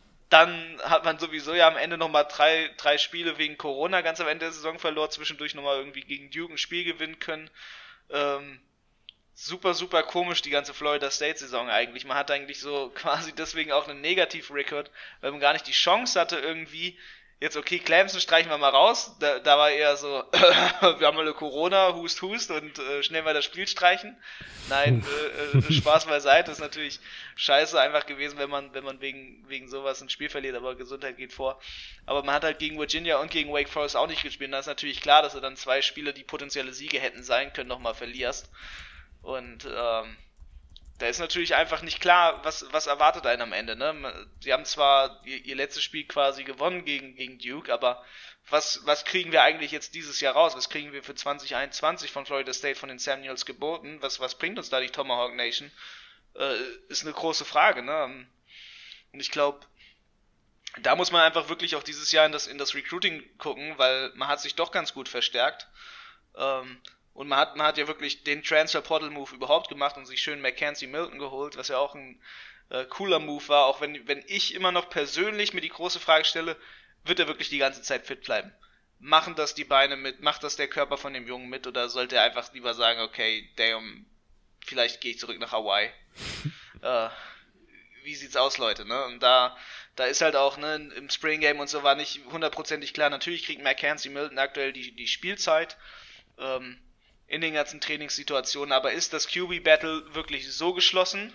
S3: dann hat man sowieso ja am Ende nochmal drei, drei Spiele wegen Corona ganz am Ende der Saison verloren, zwischendurch nochmal irgendwie gegen Duke ein Spiel gewinnen können. Ähm, super, super komisch, die ganze Florida State-Saison eigentlich. Man hat eigentlich so quasi deswegen auch einen Negativ-Record, weil man gar nicht die Chance hatte irgendwie, jetzt okay, Clemson streichen wir mal raus, da, da war eher so, wir haben alle Corona, hust, hust und äh, schnell mal das Spiel streichen. Nein, äh, äh, Spaß beiseite, ist natürlich scheiße einfach gewesen, wenn man wenn man wegen wegen sowas ein Spiel verliert, aber Gesundheit geht vor. Aber man hat halt gegen Virginia und gegen Wake Forest auch nicht gespielt, da ist natürlich klar, dass du dann zwei Spiele, die potenzielle Siege hätten sein können, nochmal verlierst. Und ähm, da ist natürlich einfach nicht klar, was, was erwartet einen am Ende. Ne? Sie haben zwar ihr, ihr letztes Spiel quasi gewonnen gegen, gegen Duke, aber was, was kriegen wir eigentlich jetzt dieses Jahr raus? Was kriegen wir für zwanzig einundzwanzig von Florida State, von den Seminoles geboten? Was, was bringt uns da die Tomahawk Nation? Äh, ist eine große Frage. Ne? Und ich glaube, da muss man einfach wirklich auch dieses Jahr in das, in das Recruiting gucken, weil man hat sich doch ganz gut verstärkt. Ähm, Und man hat, man hat ja wirklich den Transfer-Portal-Move überhaupt gemacht und sich schön Mackenzie Milton geholt, was ja auch ein äh, cooler Move war, auch wenn, wenn ich immer noch persönlich mir die große Frage stelle, wird er wirklich die ganze Zeit fit bleiben? Machen das die Beine mit? Macht das der Körper von dem Jungen mit? Oder sollte er einfach lieber sagen, okay, damn, vielleicht gehe ich zurück nach Hawaii? äh, wie sieht's aus, Leute? Ne? Und da, da ist halt auch, ne, im Spring Game und so war nicht hundertprozentig klar, natürlich kriegt Mackenzie Milton aktuell die, die Spielzeit, ähm, in den ganzen Trainingssituationen, aber ist das Q B-Battle wirklich so geschlossen?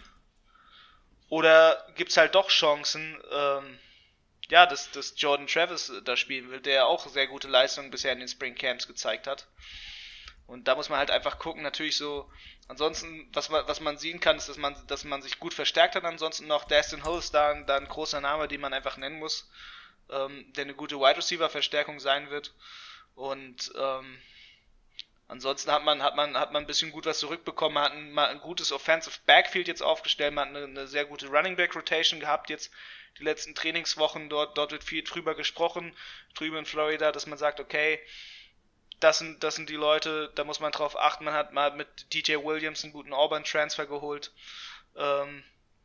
S3: Oder gibt's halt doch Chancen, ähm, ja, dass, dass Jordan Travis da spielen will, der auch sehr gute Leistungen bisher in den Spring Camps gezeigt hat. Und da muss man halt einfach gucken, natürlich so, ansonsten, was man, was man sehen kann, ist, dass man, dass man sich gut verstärkt hat, ansonsten noch Destin Hollis da, da ein großer Name, den man einfach nennen muss, ähm, der eine gute Wide Receiver Verstärkung sein wird. Und, ähm, ansonsten hat man, hat man, hat man ein bisschen gut was zurückbekommen, man hat ein, mal ein gutes Offensive Backfield jetzt aufgestellt, man hat eine, eine sehr gute Running Back Rotation gehabt jetzt die letzten Trainingswochen, dort, dort wird viel drüber gesprochen, drüben in Florida, dass man sagt, okay, das sind, das sind die Leute, da muss man drauf achten. Man hat mal mit D J Williams einen guten Auburn-Transfer geholt. Ähm,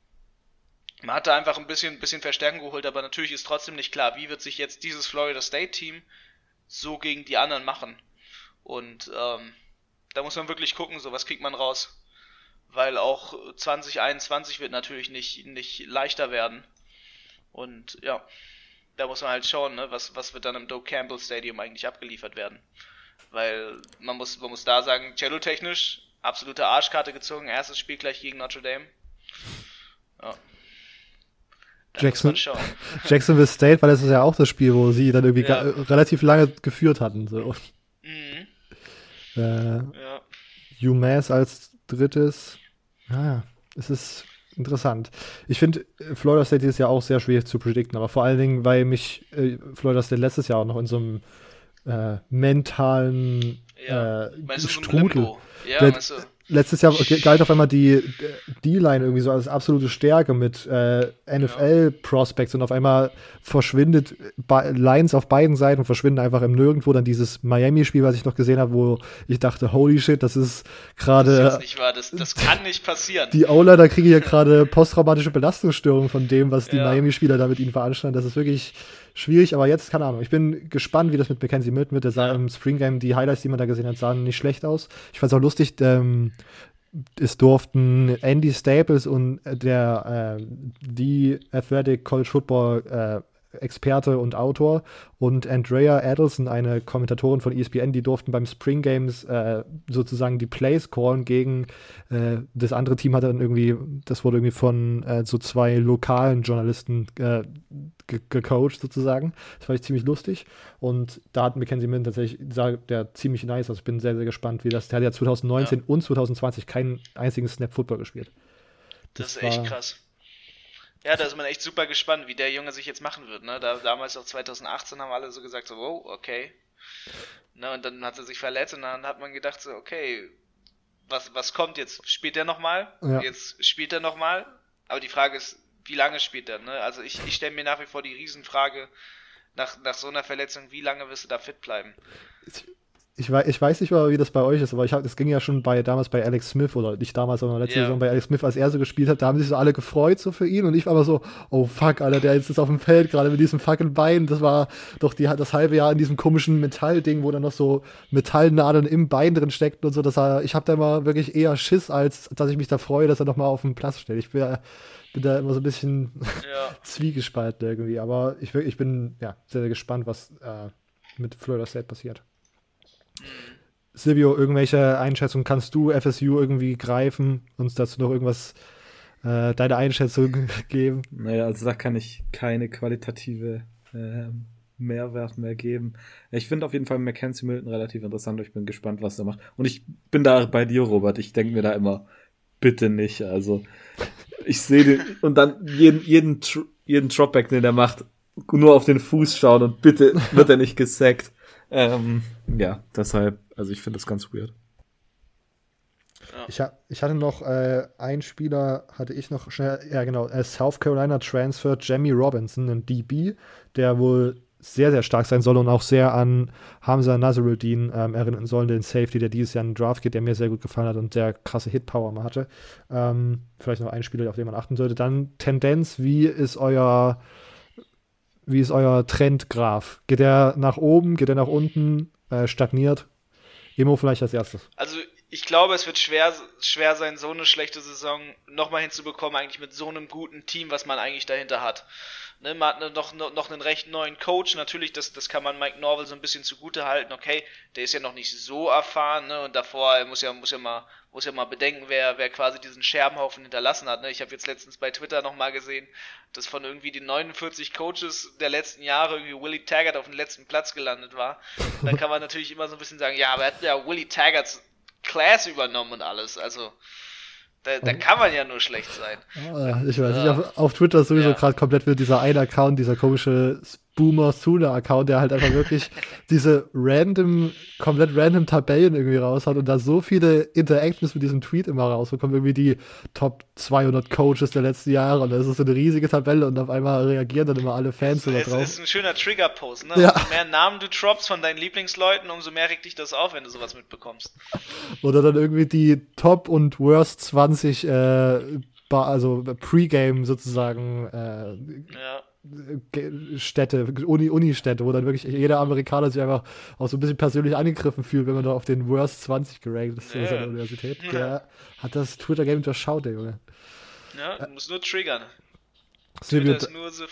S3: man hat da einfach ein bisschen, bisschen Verstärkung geholt, aber natürlich ist trotzdem nicht klar, wie wird sich jetzt dieses Florida State-Team so gegen die anderen machen. Und ähm, da muss man wirklich gucken, so was kriegt man raus. Weil auch zwanzig einundzwanzig wird natürlich nicht, nicht leichter werden. Und ja, da muss man halt schauen, ne, was, was wird dann im Doak Campbell Stadium eigentlich abgeliefert werden. Weil man muss, man muss da sagen, cello-technisch, absolute Arschkarte gezogen, erstes Spiel gleich gegen Notre Dame. Ja.
S1: Jackson, Jacksonville State, weil das ist ja auch das Spiel, wo sie dann irgendwie
S3: ja.
S1: ga- relativ lange geführt hatten. So.
S3: Mhm.
S1: Äh,
S3: Ja.
S1: UMass als drittes. Ja, es ist interessant. Ich finde, Florida State ist ja auch sehr schwierig zu predikten, aber vor allen Dingen, weil mich äh, Florida State letztes Jahr auch noch in so einem äh, mentalen
S3: Ja.
S1: äh,
S3: Meinst du so ein
S1: Strudel.
S3: Limbo? Ja,
S1: Der-
S3: meinst du?
S1: Letztes Jahr galt auf einmal die D-Line irgendwie so als absolute Stärke mit äh, N F L-Prospects und auf einmal verschwindet Ba- Lines auf beiden Seiten verschwinden einfach im Nirgendwo. Dann dieses Miami-Spiel, was ich noch gesehen habe, wo ich dachte, holy shit, das ist
S3: Das ist
S1: gerade
S3: jetzt nicht wahr, das, das kann nicht passieren.
S1: die O-Liner kriegen hier gerade posttraumatische Belastungsstörungen von dem, was die
S3: Ja.
S1: Miami-Spieler da mit ihnen veranstalten. Das ist wirklich schwierig, aber jetzt, keine Ahnung, ich bin gespannt, wie das mit Mackenzie Milton wird. Der sah
S3: Ja.
S1: im Spring Game, die Highlights, die man da gesehen hat, sahen nicht schlecht aus. Ich fand es auch lustig, ähm, es durften Andy Staples und der äh, die Athletic College Football äh, Experte und Autor und Andrea Adelson, eine Kommentatorin von E S P N, die durften beim Spring Games äh, sozusagen die Plays callen gegen äh, das andere Team. Hat dann irgendwie, das wurde irgendwie von äh, so zwei lokalen Journalisten äh, ge- gecoacht sozusagen. Das fand ich ziemlich lustig und da hat Mackenzie Milton tatsächlich, sah der ziemlich nice aus. Ich bin sehr, sehr gespannt, wie das, der hat ja zwanzig neunzehn
S3: Ja.
S1: und zwanzig zwanzig keinen einzigen Snap Football gespielt.
S3: Das ist
S1: war-
S3: echt krass. Ja, da ist man echt super gespannt, wie der Junge sich jetzt machen wird. Ne? Da, damals auch zwanzig achtzehn haben alle so gesagt, so, wow, okay. Ne, und dann hat er sich verletzt und dann hat man gedacht, so, okay, was, was kommt jetzt? Spielt er nochmal?
S1: Ja.
S3: Jetzt spielt er nochmal. Aber die Frage ist, wie lange spielt er? Ne? Also ich, ich stelle mir nach wie vor die Riesenfrage, nach, nach so einer Verletzung, wie lange wirst du da fit bleiben?
S1: Ich weiß, ich weiß nicht mal, wie das bei euch ist, aber ich hab, das ging ja schon bei damals bei Alex Smith oder nicht damals, sondern letzte
S3: Ja.
S1: Saison bei Alex Smith, als er so gespielt hat, da haben sich so alle gefreut so für ihn und ich war aber so, oh fuck, Alter, der ist jetzt auf dem Feld, gerade mit diesem fucking Bein. Das war doch die, das halbe Jahr in diesem komischen Metallding, wo dann noch so Metallnadeln im Bein drin steckten und so. Das war, ich habe da immer wirklich eher Schiss, als dass ich mich da freue, dass er nochmal auf den Platz steht. Ich bin, bin da immer so ein bisschen
S3: Ja.
S1: zwiegespalten irgendwie, aber ich, ich bin ja sehr, sehr gespannt, was äh, mit Florida State passiert. Silvio, irgendwelche Einschätzungen kannst du F S U irgendwie greifen, uns dazu noch irgendwas, äh, deine Einschätzung geben?
S2: Naja, also da kann ich keine qualitative äh, Mehrwert mehr geben. Ich finde auf jeden Fall Mackenzie Milton relativ interessant. Ich bin gespannt, was er macht. Und ich bin da bei dir, Robert. Ich denke mir da immer, bitte nicht. Also ich sehe den und dann jeden, jeden, Tr- jeden Dropback, den er macht, nur auf den Fuß schauen und bitte wird er nicht gesackt. Ähm, ja, deshalb, also ich finde das ganz weird.
S1: Ich, ha- ich hatte noch äh, einen Spieler, hatte ich noch schnell, ja genau, äh, South Carolina Transfer Jamie Robinson, ein D B, der wohl sehr, sehr stark sein soll und auch sehr an Hamza Nazaruddin ähm, erinnern soll, den Safety, der dieses Jahr in den Draft geht, der mir sehr gut gefallen hat und der krasse Hit-Power mal hatte. Ähm, vielleicht noch ein Spieler, auf den man achten sollte. Dann Tendenz, wie ist euer Wie ist euer Trendgraph? Geht der nach oben, geht der nach unten, äh, stagniert? Emo vielleicht als erstes.
S3: Also ich glaube, es wird schwer, schwer sein, so eine schlechte Saison nochmal hinzubekommen, eigentlich mit so einem guten Team, was man eigentlich dahinter hat. Ne, man hat noch, noch, noch einen recht neuen Coach, natürlich, das, das kann man Mike Norvell so ein bisschen zugute halten, okay, der ist ja noch nicht so erfahren, ne, und davor er muss ja, muss ja mal, muss ja mal bedenken, wer, wer quasi diesen Scherbenhaufen hinterlassen hat, ne. Ich habe jetzt letztens bei Twitter nochmal gesehen, dass von irgendwie den neunundvierzig Coaches der letzten Jahre irgendwie Willie Taggart auf dem letzten Platz gelandet war. Dann kann man natürlich immer so ein bisschen sagen, ja, aber er hat ja Willie Taggarts Class übernommen und alles, also da, da kann man ja nur schlecht sein.
S1: Ah, ich weiß
S3: Ja.
S1: nicht, auf, auf Twitter ist sowieso
S3: Ja.
S1: gerade komplett wieder dieser eine Account, dieser komische Boomer Sooner-Account, der halt einfach wirklich diese random, komplett random Tabellen irgendwie raushaut und da so viele Interactions mit diesem Tweet immer rausbekommen, irgendwie die Top zweihundert Coaches der letzten Jahre und das ist so eine riesige Tabelle und auf einmal reagieren dann immer alle Fans so da
S3: Es
S1: drauf.
S3: ist ein schöner Trigger-Post, ne?
S1: Ja.
S3: Umso mehr Namen du droppst von deinen Lieblingsleuten, umso mehr regt dich das auf, wenn du sowas mitbekommst.
S1: Oder dann irgendwie die Top und Worst zwanzig äh, Bar, also Pre-Game sozusagen äh,
S3: Ja.
S1: Städte, Uni, Uni-Städte, wo dann wirklich jeder Amerikaner sich einfach auch so ein bisschen persönlich angegriffen fühlt, wenn man da auf den Worst zwanzig gerankt ist
S3: Ja.
S1: in seiner Universität. Der hat das Twitter-Game durchschaut, der Junge.
S3: Ja, du musst nur triggern.
S1: Silvio,
S3: Twitter ist nur so.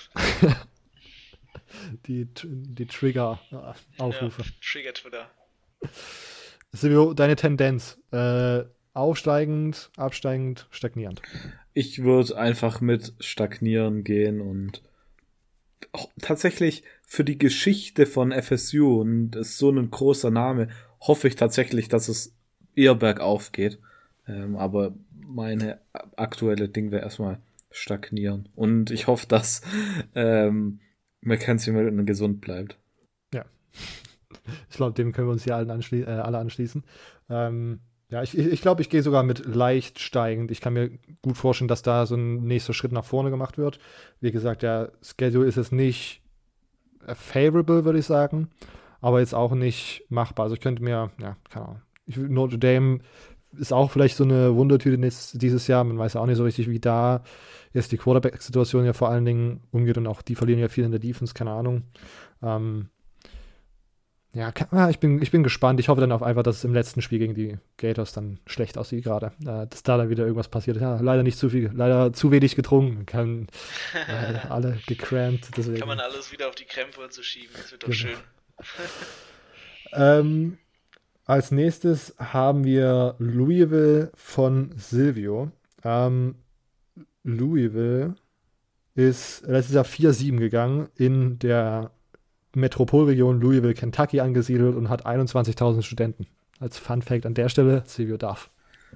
S1: die, die Trigger-Aufrufe.
S3: Ja, Trigger Twitter.
S1: Silvio, deine Tendenz. Äh, aufsteigend, absteigend, stagnierend.
S2: Ich würde einfach mit stagnieren gehen und auch tatsächlich für die Geschichte von F S U und ist so ein großer Name, hoffe ich tatsächlich, dass es eher bergauf geht. Ähm, aber meine aktuelle Ding wäre erstmal stagnieren. Und ich hoffe, dass ähm, Mackenzie Milton gesund bleibt.
S1: Ja. Ich glaube, dem können wir uns hier allen anschli- äh, alle anschließen. Ähm, ja, ich, ich glaube, ich gehe sogar mit leicht steigend. Ich kann mir gut vorstellen, dass da so ein nächster Schritt nach vorne gemacht wird. Wie gesagt, der Schedule ist jetzt nicht äh, favorable, würde ich sagen, aber jetzt auch nicht machbar. Also ich könnte mir, ja, keine Ahnung. Ich, Notre Dame ist auch vielleicht so eine Wundertüte nächstes, dieses Jahr. Man weiß ja auch nicht so richtig, wie da jetzt die Quarterback-Situation ja vor allen Dingen umgeht und auch die verlieren ja viel in der Defense, keine Ahnung. Ähm, Ja, kann, ja, ich bin, ich bin gespannt. Ich hoffe dann auf einfach, dass es im letzten Spiel gegen die Gators dann schlecht aussieht gerade. Äh, dass da dann wieder irgendwas passiert. Ja, leider nicht zu viel, leider zu wenig getrunken. Kann, äh, alle gecrampt. Deswegen.
S3: Kann man alles wieder auf die Krämpfe und so schieben. Das wird doch
S1: Genau.
S3: schön.
S1: ähm, als nächstes haben wir Louisville von Silvio. Ähm, Louisville ist letztes Jahr vier sieben gegangen in der Metropolregion Louisville, Kentucky angesiedelt und hat einundzwanzigtausend Studenten. Als Fun Fact an der Stelle, Silvio darf.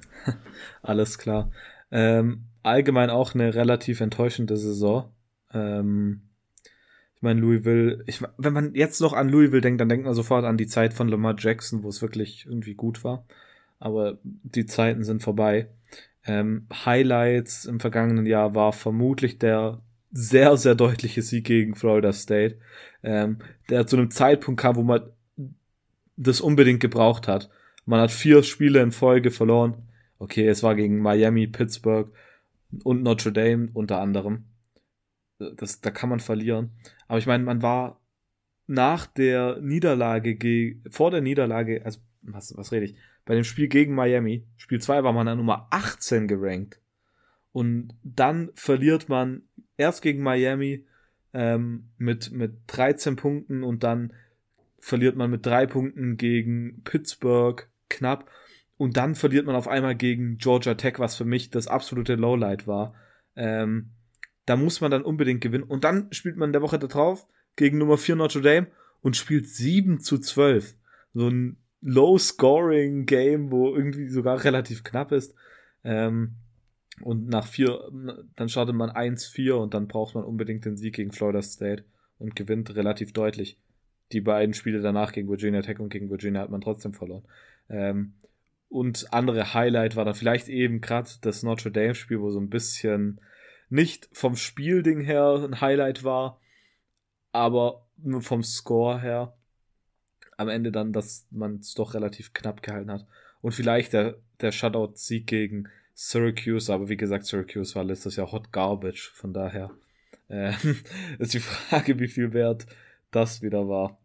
S2: Alles klar. Ähm, allgemein auch eine relativ enttäuschende Saison. Ähm, ich meine, Louisville, ich, wenn man jetzt noch an Louisville denkt, dann denkt man sofort an die Zeit von Lamar Jackson, wo es wirklich irgendwie gut war. Aber die Zeiten sind vorbei. Ähm, Highlights im vergangenen Jahr war vermutlich der sehr, sehr deutliche Sieg gegen Florida State, ähm, der zu einem Zeitpunkt kam, wo man das unbedingt gebraucht hat. Man hat vier Spiele in Folge verloren. Okay, es war gegen Miami, Pittsburgh und Notre Dame unter anderem. Das, da kann man verlieren. Aber ich meine, man war nach der Niederlage, ge- vor der Niederlage, also was, was rede ich, bei dem Spiel gegen Miami, Spiel zwei war man an Nummer achtzehn gerankt. Und dann verliert man erst gegen Miami ähm, mit, mit dreizehn Punkten und dann verliert man mit drei Punkten gegen Pittsburgh knapp und dann verliert man auf einmal gegen Georgia Tech, was für mich das absolute Lowlight war. Ähm, da muss man dann unbedingt gewinnen und dann spielt man in der Woche darauf gegen Nummer vier Notre Dame und spielt sieben zu zwölf. So ein Low-Scoring-Game, wo irgendwie sogar relativ knapp ist. Ähm, Und nach vier, dann startet man eins vier und dann braucht man unbedingt den Sieg gegen Florida State und gewinnt relativ deutlich. Die beiden Spiele danach gegen Virginia Tech und gegen Virginia hat man trotzdem verloren. Ähm, und andere Highlight war dann vielleicht eben gerade das Notre Dame Spiel, wo so ein bisschen nicht vom Spielding her ein Highlight war, aber nur vom Score her am Ende dann, dass man es doch relativ knapp gehalten hat. Und vielleicht der, der Shutout-Sieg gegen Syracuse, aber wie gesagt, Syracuse war letztes Jahr Hot Garbage, von daher äh, ist die Frage, wie viel wert das wieder war.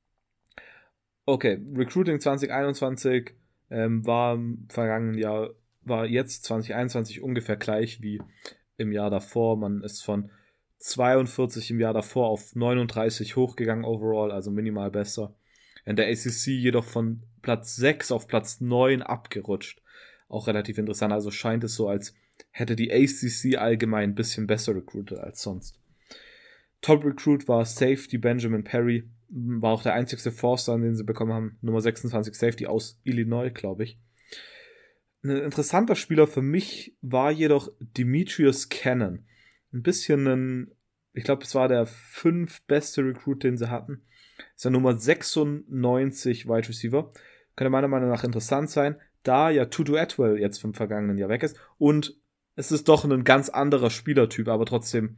S2: Okay, Recruiting zwanzig einundzwanzig ähm, war im vergangenen Jahr, war jetzt zwanzig einundzwanzig ungefähr gleich wie im Jahr davor. Man ist von zweiundvierzig im Jahr davor auf neununddreißig hochgegangen overall, also minimal besser. In der A C C jedoch von Platz sechs auf Platz neun abgerutscht. Auch relativ interessant, also scheint es so, als hätte die A C C allgemein ein bisschen besser recruited als sonst. Top Recruit war Safety Benjamin Perry, war auch der einzigste Four-Star, den sie bekommen haben, Nummer sechsundzwanzig Safety aus Illinois, glaube ich. Ein interessanter Spieler für mich war jedoch Demetrius Cannon. Ein bisschen ein ich glaube, es war der fünf beste Recruit, den sie hatten. Ist der Nummer sechsundneunzig Wide Receiver. Könnte meiner Meinung nach interessant sein, da ja Tutu Atwell jetzt vom vergangenen Jahr weg ist. Und es ist doch ein ganz anderer Spielertyp, aber trotzdem,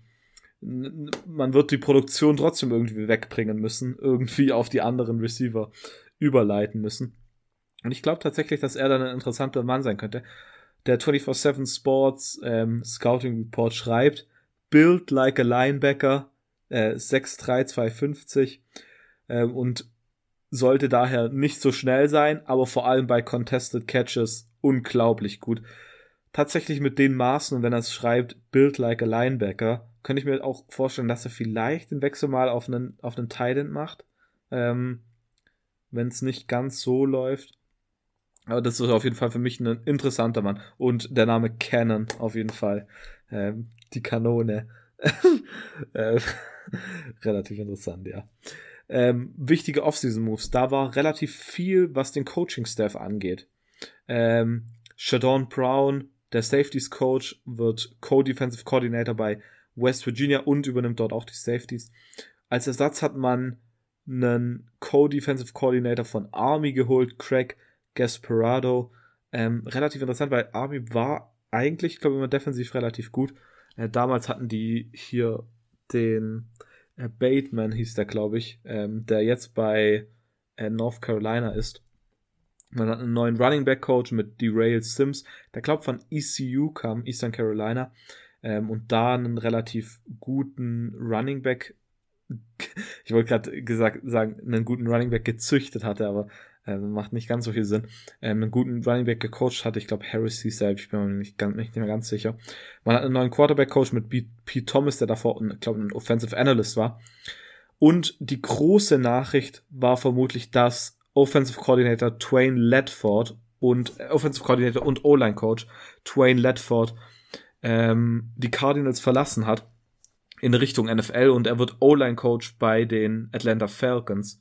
S2: man wird die Produktion trotzdem irgendwie wegbringen müssen, irgendwie auf die anderen Receiver überleiten müssen. Und ich glaube tatsächlich, dass er dann ein interessanter Mann sein könnte. Der vierundzwanzig sieben Sports ähm, Scouting Report schreibt, Build like a Linebacker, äh, sechs drei zweihundertfünfzig äh, und sollte daher nicht so schnell sein, aber vor allem bei Contested Catches unglaublich gut. Tatsächlich mit den Maßen, und wenn er es schreibt, Build like a Linebacker, könnte ich mir auch vorstellen, dass er vielleicht den Wechsel mal auf einen, auf einen Tight End macht, ähm, wenn es nicht ganz so läuft. Aber das ist auf jeden Fall für mich ein interessanter Mann. Und der Name Cannon auf jeden Fall. Ähm, die Kanone. äh, relativ interessant, ja. Ähm, wichtige Offseason-Moves. Da war relativ viel, was den Coaching-Staff angeht. Ähm, Shadon Brown, der Safeties-Coach, wird Co-Defensive Coordinator bei West Virginia und übernimmt dort auch die Safeties. Als Ersatz hat man einen Co-Defensive Coordinator von Army geholt, Craig Gasparado. Ähm, relativ interessant, weil Army war eigentlich, ich glaube, immer defensiv relativ gut. Äh, damals hatten die hier den äh, Bateman, hieß der, glaube ich, ähm, der jetzt bei äh, North Carolina ist. Man hat einen neuen Running Back Coach mit Derail Sims, der glaube von E C U kam, Eastern Carolina, ähm, und da einen relativ guten Running Back, ich wollte gerade gesagt sagen, einen guten Running Back gezüchtet hatte, aber äh, macht nicht ganz so viel Sinn, ähm, einen guten Running Back gecoacht hatte, ich glaube Harris hieß er, ich bin mir nicht, ganz, nicht mehr ganz sicher. Man hat einen neuen Quarterback Coach mit B- Pete Thomas, der davor, ich glaube, ein Offensive Analyst war. Und die große Nachricht war vermutlich, dass Offensive Coordinator Twain Ledford und äh, Offensive Coordinator und O-Line Coach Twain Ledford ähm, die Cardinals verlassen hat in Richtung N F L, und er wird O-Line Coach bei den Atlanta Falcons.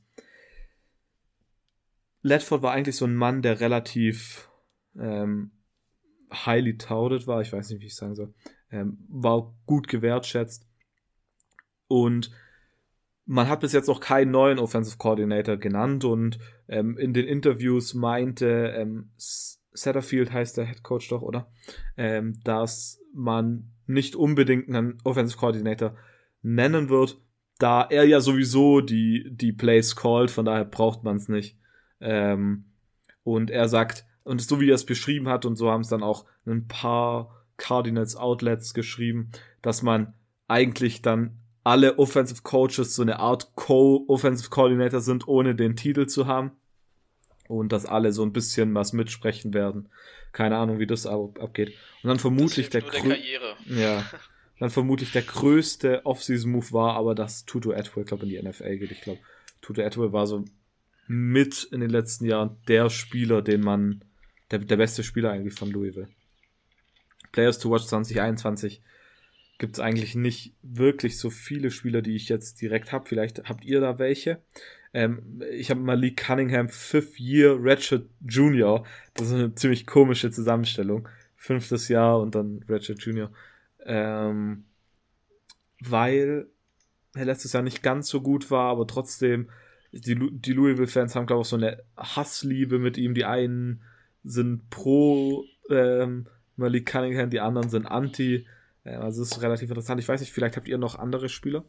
S2: Ledford war eigentlich so ein Mann, der relativ ähm, highly touted war, ich weiß nicht, wie ich sagen soll, ähm, war gut gewertschätzt, und man hat bis jetzt noch keinen neuen Offensive Coordinator genannt, und ähm, in den Interviews meinte ähm, Satterfield, heißt der Head Coach doch, oder? Ähm, dass man nicht unbedingt einen Offensive Coordinator nennen wird, da er ja sowieso die, die Plays callt, von daher braucht man es nicht. Ähm, und er sagt, und so wie er es beschrieben hat, und so haben es dann auch ein paar Cardinals Outlets geschrieben, dass man eigentlich dann alle Offensive Coaches so eine Art Co-Offensive Coordinator sind, ohne den Titel zu haben. Und dass alle so ein bisschen was mitsprechen werden. Keine Ahnung, wie das ab- abgeht. Und dann vermutlich der,
S3: nur der
S2: grö-
S3: Karriere.
S2: ja, dann vermutlich der größte Offseason-Move war aber, dass Tutu Atwell, glaube in die N F L geht. Ich glaube, Tutu Atwell war so mit in den letzten Jahren der Spieler, den man, der, der beste Spieler eigentlich von Louisville. Players to Watch zwanzig einundzwanzig gibt es eigentlich nicht wirklich so viele Spieler, die ich jetzt direkt habe. Vielleicht habt ihr da welche. Ähm, ich habe Malik Cunningham, Fifth Year Redshirt Junior. Das ist eine ziemlich komische Zusammenstellung. Fünftes Jahr und dann Redshirt Junior. Ähm, weil er letztes Jahr nicht ganz so gut war, aber trotzdem, die, Lu- die Louisville-Fans haben, glaube ich, so eine Hassliebe mit ihm. Die einen sind pro ähm, Malik Cunningham, die anderen sind anti. Ähm, also es ist relativ interessant. Ich weiß nicht, vielleicht habt ihr noch andere Spieler?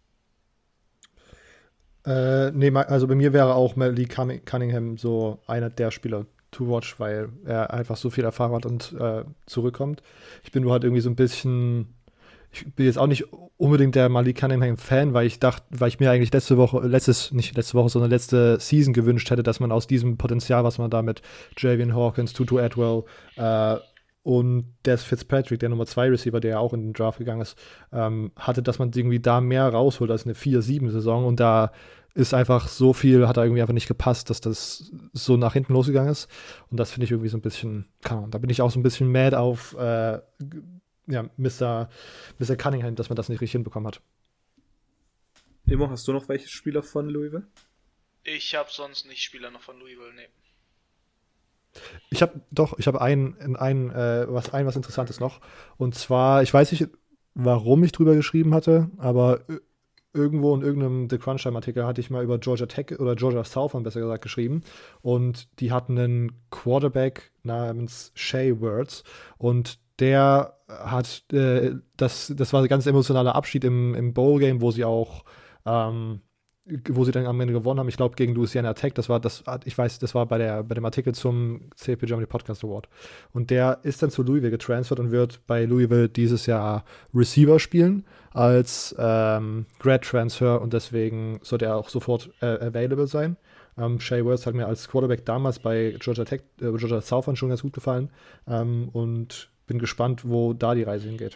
S1: Äh, nee, ma- also bei mir wäre auch Malik Cunning- Cunningham so einer der Spieler to watch, weil er einfach so viel Erfahrung hat und äh, zurückkommt. Ich bin nur halt irgendwie so ein bisschen, ich bin jetzt auch nicht unbedingt der Malik Cunningham-Fan, weil ich dachte, weil ich mir eigentlich letzte Woche, letztes, nicht letzte Woche, sondern letzte Season gewünscht hätte, dass man aus diesem Potenzial, was man da mit Javian Hawkins, Tutu Atwell äh, und Des Fitzpatrick, der Nummer zwei Receiver, der ja auch in den Draft gegangen ist, ähm, hatte, dass man irgendwie da mehr rausholt als eine vier sieben Saison, und da ist einfach so viel, hat da irgendwie einfach nicht gepasst, dass das so nach hinten losgegangen ist, und das finde ich irgendwie so ein bisschen, keine Ahnung, da bin ich auch so ein bisschen mad auf äh, g- ja, Mister Mister Cunningham, dass man das nicht richtig hinbekommen hat.
S2: Immo, hast du noch welche Spieler von Louisville?
S3: Ich habe sonst nicht Spieler noch von Louisville, nee.
S1: Ich habe doch, ich habe ein, ein, äh, was, ein was Interessantes noch. Und zwar, ich weiß nicht, warum ich drüber geschrieben hatte, aber irgendwo in irgendeinem The Crunch Time Artikel hatte ich mal über Georgia Tech oder Georgia Southern besser gesagt geschrieben und die hatten einen Quarterback namens Shea Words und der hat, äh, das, das war ein ganz emotionaler Abschied im, im Bowl-Game, wo sie auch, ähm, wo sie dann am Ende gewonnen haben. Ich glaube, gegen Louisiana Tech. Das war, das, ich weiß, das war bei, der, bei dem Artikel zum C F P Germany Podcast Award. Und der ist dann zu Louisville getransfert und wird bei Louisville dieses Jahr Receiver spielen als ähm, Grad Transfer und deswegen sollte er auch sofort äh, available sein. Ähm, Shea Words hat mir als Quarterback damals bei Georgia Tech, äh, Georgia Southern schon ganz gut gefallen ähm, und bin gespannt, wo da die Reise hingeht.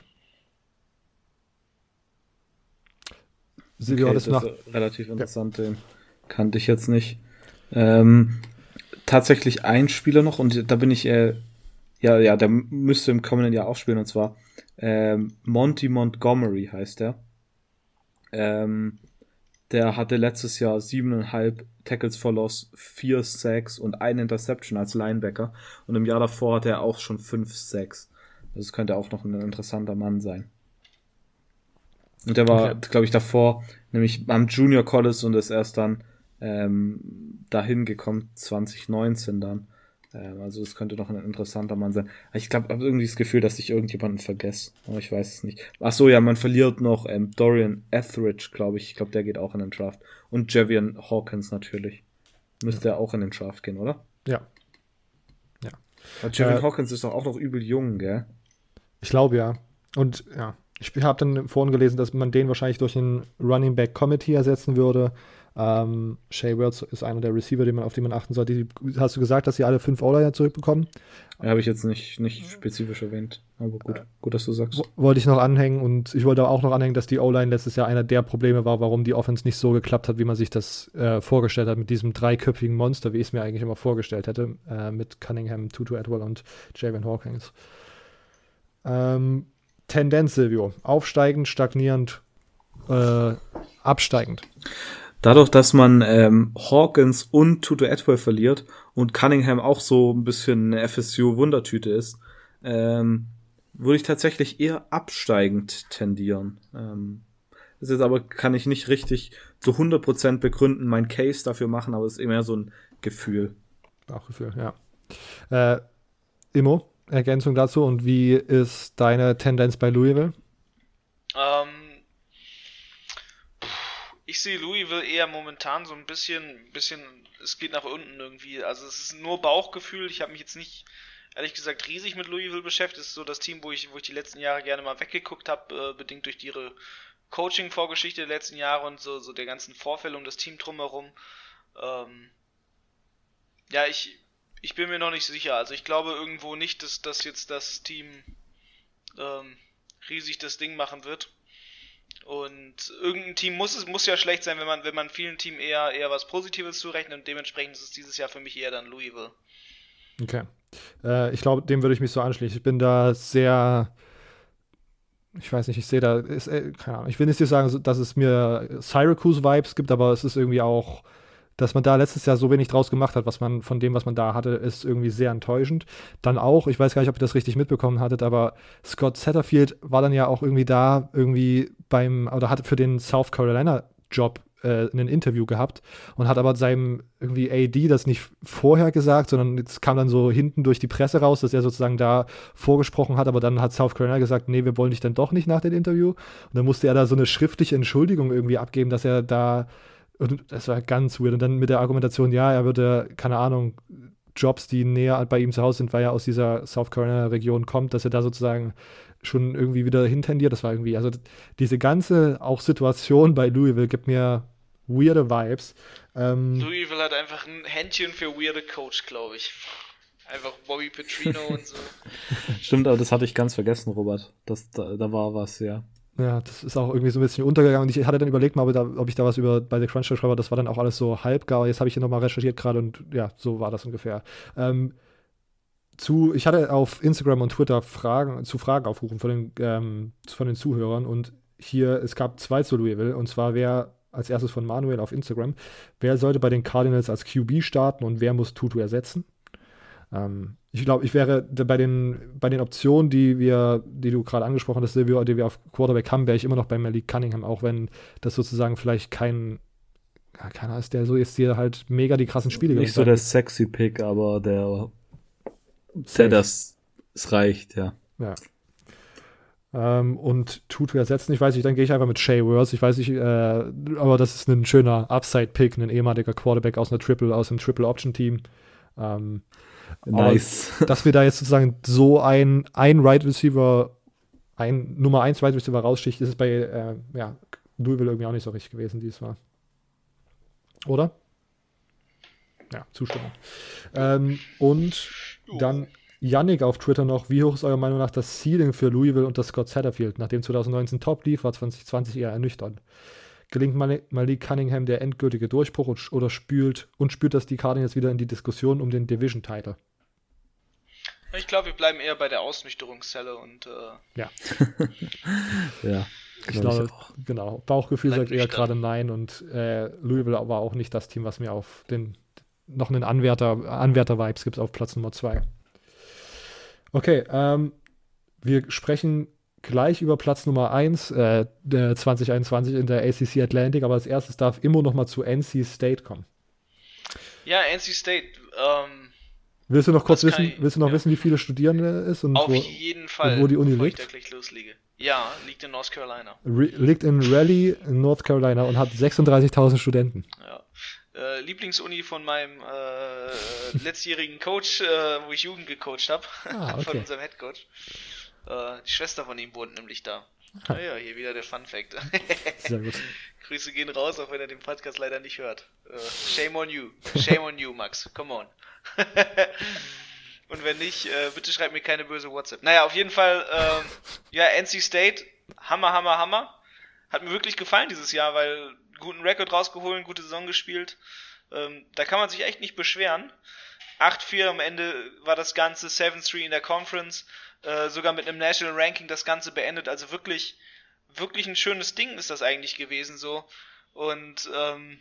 S2: Silvio, okay, das nach- ist relativ interessant, ja. Den kannte ich jetzt nicht. Ähm, tatsächlich ein Spieler noch und da bin ich, äh, ja, ja, der müsste im kommenden Jahr auch spielen und zwar ähm, Monty Montgomery heißt der. Ähm, der hatte letztes Jahr siebeneinhalb Tackles for Loss, vier Sacks und eine Interception als Linebacker und im Jahr davor hatte er auch schon fünf Sacks. Das könnte auch noch ein interessanter Mann sein. Und der war, okay. glaube ich, davor, nämlich am Junior College und ist erst dann ähm, dahin gekommen, zwanzig neunzehn dann. Ähm, also das könnte noch ein interessanter Mann sein. Ich glaube, ich habe irgendwie das Gefühl, dass ich irgendjemanden vergesse. Aber ich weiß es nicht. Ach so, ja, man verliert noch ähm, Dorian Etheridge, glaube ich. Ich glaube, der geht auch in den Draft. Und Javian Hawkins natürlich. Müsste ja. er auch in den Draft gehen, oder?
S1: Ja. Ja.
S2: Aber Javian äh, Hawkins ist doch auch noch übel jung, gell?
S1: Ich glaube, ja. Und ja, ich habe dann vorhin gelesen, dass man den wahrscheinlich durch einen Running Back Committee ersetzen würde. Ähm, Shea Words ist einer der Receiver, den man, auf die man achten sollte. Die, hast du gesagt, dass sie alle fünf O-Liner zurückbekommen?
S2: Ja, habe ich jetzt nicht, nicht spezifisch erwähnt. Aber gut, äh, gut, dass du sagst.
S1: W- wollte ich noch anhängen und ich wollte auch noch anhängen, dass die O-Line letztes Jahr einer der Probleme war, warum die Offense nicht so geklappt hat, wie man sich das äh, vorgestellt hat, mit diesem dreiköpfigen Monster, wie ich es mir eigentlich immer vorgestellt hätte, äh, mit Cunningham, Tutu Atwell und Javian Hawkins. Ähm, Tendenz, Silvio. Aufsteigend, stagnierend, äh, absteigend.
S2: Dadurch, dass man ähm, Hawkins und Tutu Atwell verliert und Cunningham auch so ein bisschen eine F S U-Wundertüte ist, ähm, würde ich tatsächlich eher absteigend tendieren. Ähm, das ist jetzt aber, kann ich nicht richtig zu hundert Prozent begründen, mein Case dafür machen, aber es ist immer so ein Gefühl.
S1: Bauchgefühl, ja. Äh, Immo, Ergänzung dazu und wie ist deine Tendenz bei Louisville?
S3: Ähm, ich sehe Louisville eher momentan so ein bisschen, bisschen, es geht nach unten irgendwie. Also es ist nur Bauchgefühl. Ich habe mich jetzt nicht, ehrlich gesagt, riesig mit Louisville beschäftigt. Es ist so das Team, wo ich, wo ich die letzten Jahre gerne mal weggeguckt habe, äh, bedingt durch ihre Coaching-Vorgeschichte der letzten Jahre und so, so der ganzen Vorfälle um das Team drumherum. Ähm, ja, ich, ich bin mir noch nicht sicher. Also ich glaube irgendwo nicht, dass, dass jetzt das Team ähm, riesig das Ding machen wird. Und irgendein Team muss es muss ja schlecht sein, wenn man wenn man vielen Teams eher eher was Positives zurechnet und dementsprechend ist es dieses Jahr für mich eher dann Louisville.
S1: Okay. Äh, ich glaube, dem würde ich mich so anschließen. Ich bin da sehr, ich weiß nicht, ich sehe da, ist, äh, keine Ahnung, ich will nicht sagen, dass es mir Syracuse-Vibes gibt, aber es ist irgendwie auch, dass man da letztes Jahr so wenig draus gemacht hat, was man von dem, was man da hatte, ist irgendwie sehr enttäuschend. Dann auch, ich weiß gar nicht, ob ihr das richtig mitbekommen hattet, aber Scott Satterfield war dann ja auch irgendwie da, irgendwie beim, oder hat für den South Carolina Job äh, ein Interview gehabt und hat aber seinem irgendwie A D das nicht vorher gesagt, sondern es kam dann so hinten durch die Presse raus, dass er sozusagen da vorgesprochen hat, aber dann hat South Carolina gesagt, nee, wir wollen dich dann doch nicht nach dem Interview. Und dann musste er da so eine schriftliche Entschuldigung irgendwie abgeben, dass er da. Und das war ganz weird. Und dann mit der Argumentation, ja, er würde, keine Ahnung, Jobs, die näher bei ihm zu Hause sind, weil er aus dieser South Carolina-Region kommt, dass er da sozusagen schon irgendwie wieder hintendiert. Das war irgendwie, also diese ganze auch Situation bei Louisville gibt mir weirde Vibes. Ähm,
S3: Louisville hat einfach ein Händchen für weirde Coach, glaube ich. Einfach Bobby Petrino und so.
S2: Stimmt, aber das hatte ich ganz vergessen, Robert. Das, da, da war was, ja.
S1: Ja, das ist auch irgendwie so ein bisschen untergegangen. Und ich hatte dann überlegt, mal, ob, da, ob ich da was über bei The Crunch schreibe, aber das war dann auch alles so halbgar. Jetzt habe ich hier nochmal recherchiert gerade und ja, so war das ungefähr. Ähm, zu, ich hatte auf Instagram und Twitter Fragen, zu Fragen aufgerufen von den, ähm, von den Zuhörern und hier, es gab zwei zu Louisville und zwar wer als erstes von Manuel auf Instagram, wer sollte bei den Cardinals als Q B starten und wer muss Tutu ersetzen? Ähm, ich glaube, ich wäre bei den, bei den Optionen, die wir, die du gerade angesprochen hast, Silvio, die wir auf Quarterback haben, wäre ich immer noch bei Malik Cunningham, auch wenn das sozusagen vielleicht kein, ja, keiner ist, der so jetzt hier halt mega die krassen Spiele
S2: Nicht so der sexy Pick, aber der, der das, es reicht, ja.
S1: Ja. Ähm, und Tutu ersetzen, ich weiß nicht, dann gehe ich einfach mit Shea Worth, ich weiß nicht, äh, aber das ist ein schöner Upside-Pick, ein ehemaliger Quarterback aus einer Triple, aus einem Triple-Option-Team. Ähm,
S2: nice.
S1: Aber, dass wir da jetzt sozusagen so ein, ein Right Receiver, ein Nummer eins Right Receiver raussticht, ist es bei äh, ja, Louisville irgendwie auch nicht so richtig gewesen diesmal. Oder? Ja, Zustimmung. Ähm, und dann Yannick auf Twitter noch, wie hoch ist eurer Meinung nach das Ceiling für Louisville und das Scott Satterfield? Nachdem zwanzig neunzehn top lief, war zwanzig zwanzig eher ernüchternd. Gelingt Malik Cunningham der endgültige Durchbruch und, oder spült und spürt das die Cardinals wieder in die Diskussion um den Division-Title?
S3: Ich glaube, wir bleiben eher bei der Ausnüchterungszelle und äh
S1: ja.
S2: ja.
S1: Ich glaube, ich genau. Bauchgefühl sagt eher
S3: nüchtern.
S1: gerade nein und äh, Louisville war auch nicht das Team, was mir auf den noch einen Anwärter, Anwärter-Vibes gibt auf Platz Nummer zwei. Okay, ähm, wir sprechen gleich über Platz Nummer eins äh, der zwanzig einundzwanzig in der A C C Atlantic, aber als erstes darf immer noch mal zu N C State kommen.
S3: Ja, N C State. Ähm,
S1: willst du noch kurz
S3: das kann
S1: wissen,
S3: ich-
S1: willst du noch
S3: ja.
S1: wissen, wie viele Studierende es ist und
S3: auf
S1: wo,
S3: jeden Fall,
S1: und wo die Uni
S3: bevor
S1: liegt?
S3: ich da gleich loslege. Ja, liegt in North Carolina.
S1: Re liegt in Raleigh, in North Carolina und hat sechsunddreißigtausend Studenten.
S3: Ja. Äh, Lieblingsuni von meinem äh, letztjährigen Coach, äh, wo ich Jugend gecoacht habe,
S1: Ah, okay.
S3: von unserem Headcoach. Äh, die Schwester von ihm wohnt nämlich da.
S1: Ah.
S3: Naja, hier wieder der Fun Fact.
S1: Sehr gut.
S3: Grüße gehen raus, auch wenn er den Podcast leider nicht hört. Äh, shame on you. Shame on you, Max. Come on. Und wenn nicht, äh, bitte schreibt mir keine böse WhatsApp. Naja, auf jeden Fall, ähm, ja, N C State, Hammer, Hammer, Hammer. Hat mir wirklich gefallen dieses Jahr, weil guten Rekord rausgeholt, gute Saison gespielt. Ähm, da kann man sich echt nicht beschweren. acht vier am Ende war das Ganze, sieben drei in der Conference, äh, sogar mit einem National Ranking das Ganze beendet. Also wirklich, wirklich ein schönes Ding ist das eigentlich gewesen so. Und ähm,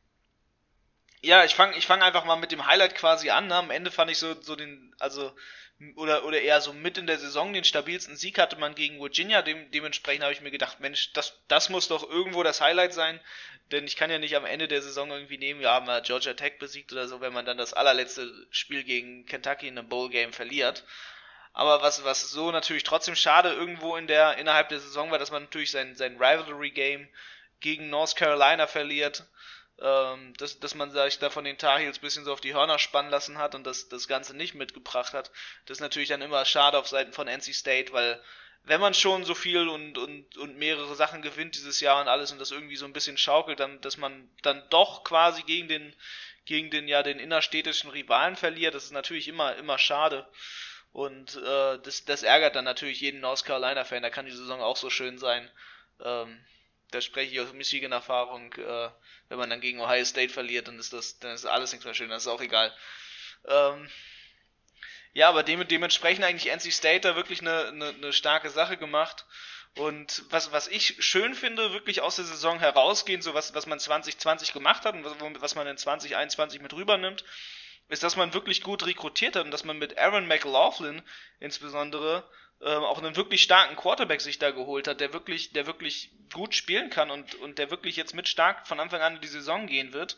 S3: ja, ich fange ich fang einfach mal mit dem Highlight quasi an. Ne? Am Ende fand ich so, so den, also, oder, oder eher so mit in der Saison den stabilsten Sieg hatte man gegen Virginia. Dem, dementsprechend habe ich mir gedacht, Mensch, das, das muss doch irgendwo das Highlight sein. Denn ich kann ja nicht am Ende der Saison irgendwie nehmen, wir haben ja Georgia Tech besiegt oder so, wenn man dann das allerletzte Spiel gegen Kentucky in einem Bowl-Game verliert. Aber was, was so natürlich trotzdem schade irgendwo in der, innerhalb der Saison war, dass man natürlich sein, sein Rivalry-Game gegen North Carolina verliert. Ähm, dass, dass man sich da von den Tar Heels ein bisschen so auf die Hörner spannen lassen hat und das, das Ganze nicht mitgebracht hat. Das ist natürlich dann immer schade auf Seiten von N C State, weil wenn man schon so viel und, und, und mehrere Sachen gewinnt dieses Jahr und alles und das irgendwie so ein bisschen schaukelt, dann, dass man dann doch quasi gegen den, gegen den, ja, den innerstädtischen Rivalen verliert, das ist natürlich immer, immer schade. Und äh, das, das ärgert dann natürlich jeden North Carolina-Fan, da kann die Saison auch so schön sein. Ähm, da spreche ich aus Michigan-Erfahrung, äh, wenn man dann gegen Ohio State verliert, dann ist das, dann ist alles nichts mehr schön, das ist auch egal. Ähm, ja, aber dem, dementsprechend eigentlich N C State da wirklich eine, eine, eine starke Sache gemacht. Und was, was ich schön finde, wirklich aus der Saison herausgehend, so was, was man zwanzig zwanzig gemacht hat und was, was man in zwanzig einundzwanzig mit rübernimmt, ist, dass man wirklich gut rekrutiert hat und dass man mit Aaron McLaughlin insbesondere ähm, auch einen wirklich starken Quarterback sich da geholt hat, der wirklich, der wirklich gut spielen kann und, und der wirklich jetzt mit stark von Anfang an in die Saison gehen wird.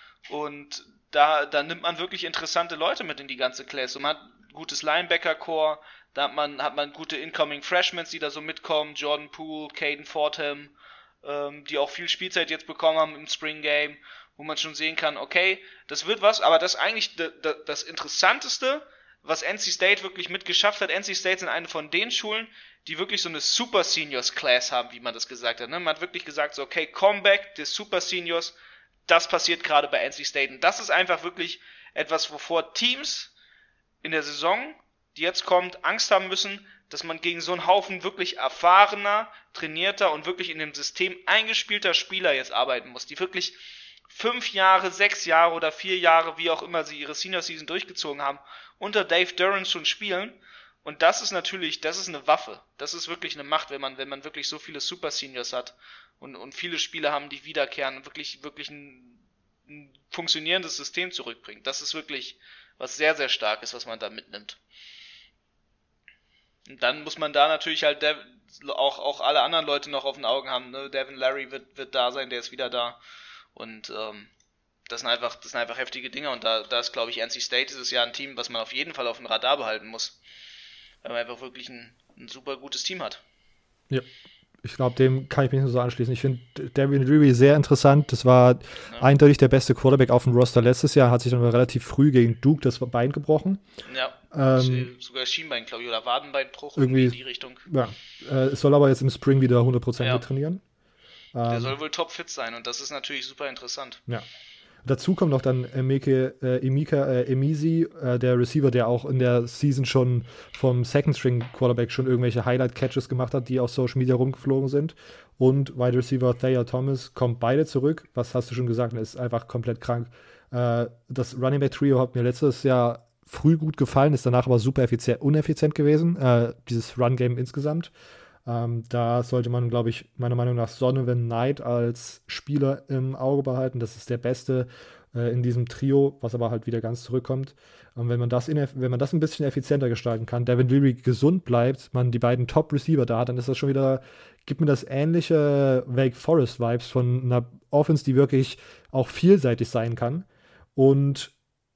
S3: Und da, da nimmt man wirklich interessante Leute mit in die ganze Class. Und man hat ein gutes Linebacker-Core, da hat man, hat man gute Incoming Freshmen, die da so mitkommen, Jordan Poole, Caden Fordham, ähm, die auch viel Spielzeit jetzt bekommen haben im Spring Game, wo man schon sehen kann, okay, das wird was, aber das ist eigentlich d- d- das Interessanteste, was N C State wirklich mitgeschafft hat. N C State sind eine von den Schulen, die wirklich so eine Super Seniors Class haben, wie man das gesagt hat. Ne? Man hat wirklich gesagt, so, okay, Comeback des Super Seniors, das passiert gerade bei N C State. Und das ist einfach wirklich etwas, wovor Teams in der Saison, die jetzt kommt, Angst haben müssen, dass man gegen so einen Haufen wirklich erfahrener, trainierter und wirklich in dem System eingespielter Spieler jetzt arbeiten muss, die wirklich fünf Jahre, sechs Jahre oder vier Jahre, wie auch immer sie ihre Senior Season durchgezogen haben, unter Dave Durrance schon spielen. Und das ist natürlich, das ist eine Waffe. Das ist wirklich eine Macht, wenn man, wenn man wirklich so viele Super Seniors hat und, und viele Spieler haben, die wiederkehren und wirklich, wirklich ein, ein funktionierendes System zurückbringt. Das ist wirklich, was sehr, sehr stark ist, was man da mitnimmt. Und dann muss man da natürlich halt Dev- auch, auch alle anderen Leute noch auf den Augen haben. Ne? Devin Larry wird, wird da sein, der ist wieder da. Und ähm, das sind einfach, das sind einfach heftige Dinge. Und da, da ist, glaube ich, N C State dieses Jahr ein Team, was man auf jeden Fall auf dem Radar behalten muss. Weil man einfach wirklich ein, ein super gutes Team hat.
S1: Ja, ich glaube, dem kann ich mich nur so anschließen. Ich finde Devin Leary sehr interessant. Das war
S3: Ja.
S1: eindeutig der beste Quarterback auf dem Roster letztes Jahr. Hat sich dann relativ früh gegen Duke das Bein gebrochen.
S3: Ja,
S1: Ähm,
S3: sogar Schienbein, glaube ich, oder Wadenbeinbruch
S1: irgendwie-
S3: irgendwie in die Richtung.
S1: ja, äh, es soll aber jetzt im Spring wieder hundert Prozent
S3: Ja.
S1: mittrainieren.
S3: Der
S1: Ähm,
S3: soll wohl topfit sein und das ist natürlich super interessant.
S1: Ja. Dazu kommt noch dann Emeke, äh, Emika äh, Emisi, äh, der Receiver, der auch in der Season schon vom Second-String-Quarterback schon irgendwelche Highlight-Catches gemacht hat, die auf Social Media rumgeflogen sind. Und Wide Receiver Thayer Thomas kommt beide zurück. Was hast du schon gesagt? Er ist einfach komplett krank. Äh, das Running Back-Trio hat mir letztes Jahr früh gut gefallen, ist danach aber super effizient, uneffizient gewesen. Äh, dieses Run-Game insgesamt. Ähm, da sollte man, glaube ich, meiner Meinung nach Donovan Knight als Spieler im Auge behalten. Das ist der Beste äh, in diesem Trio, was aber halt wieder ganz zurückkommt. Und wenn man das, in, wenn man das ein bisschen effizienter gestalten kann, Devin Leary gesund bleibt, man die beiden Top-Receiver da hat, dann ist das schon wieder, gibt mir das ähnliche Wake Forest-Vibes von einer Offense, die wirklich auch vielseitig sein kann. Und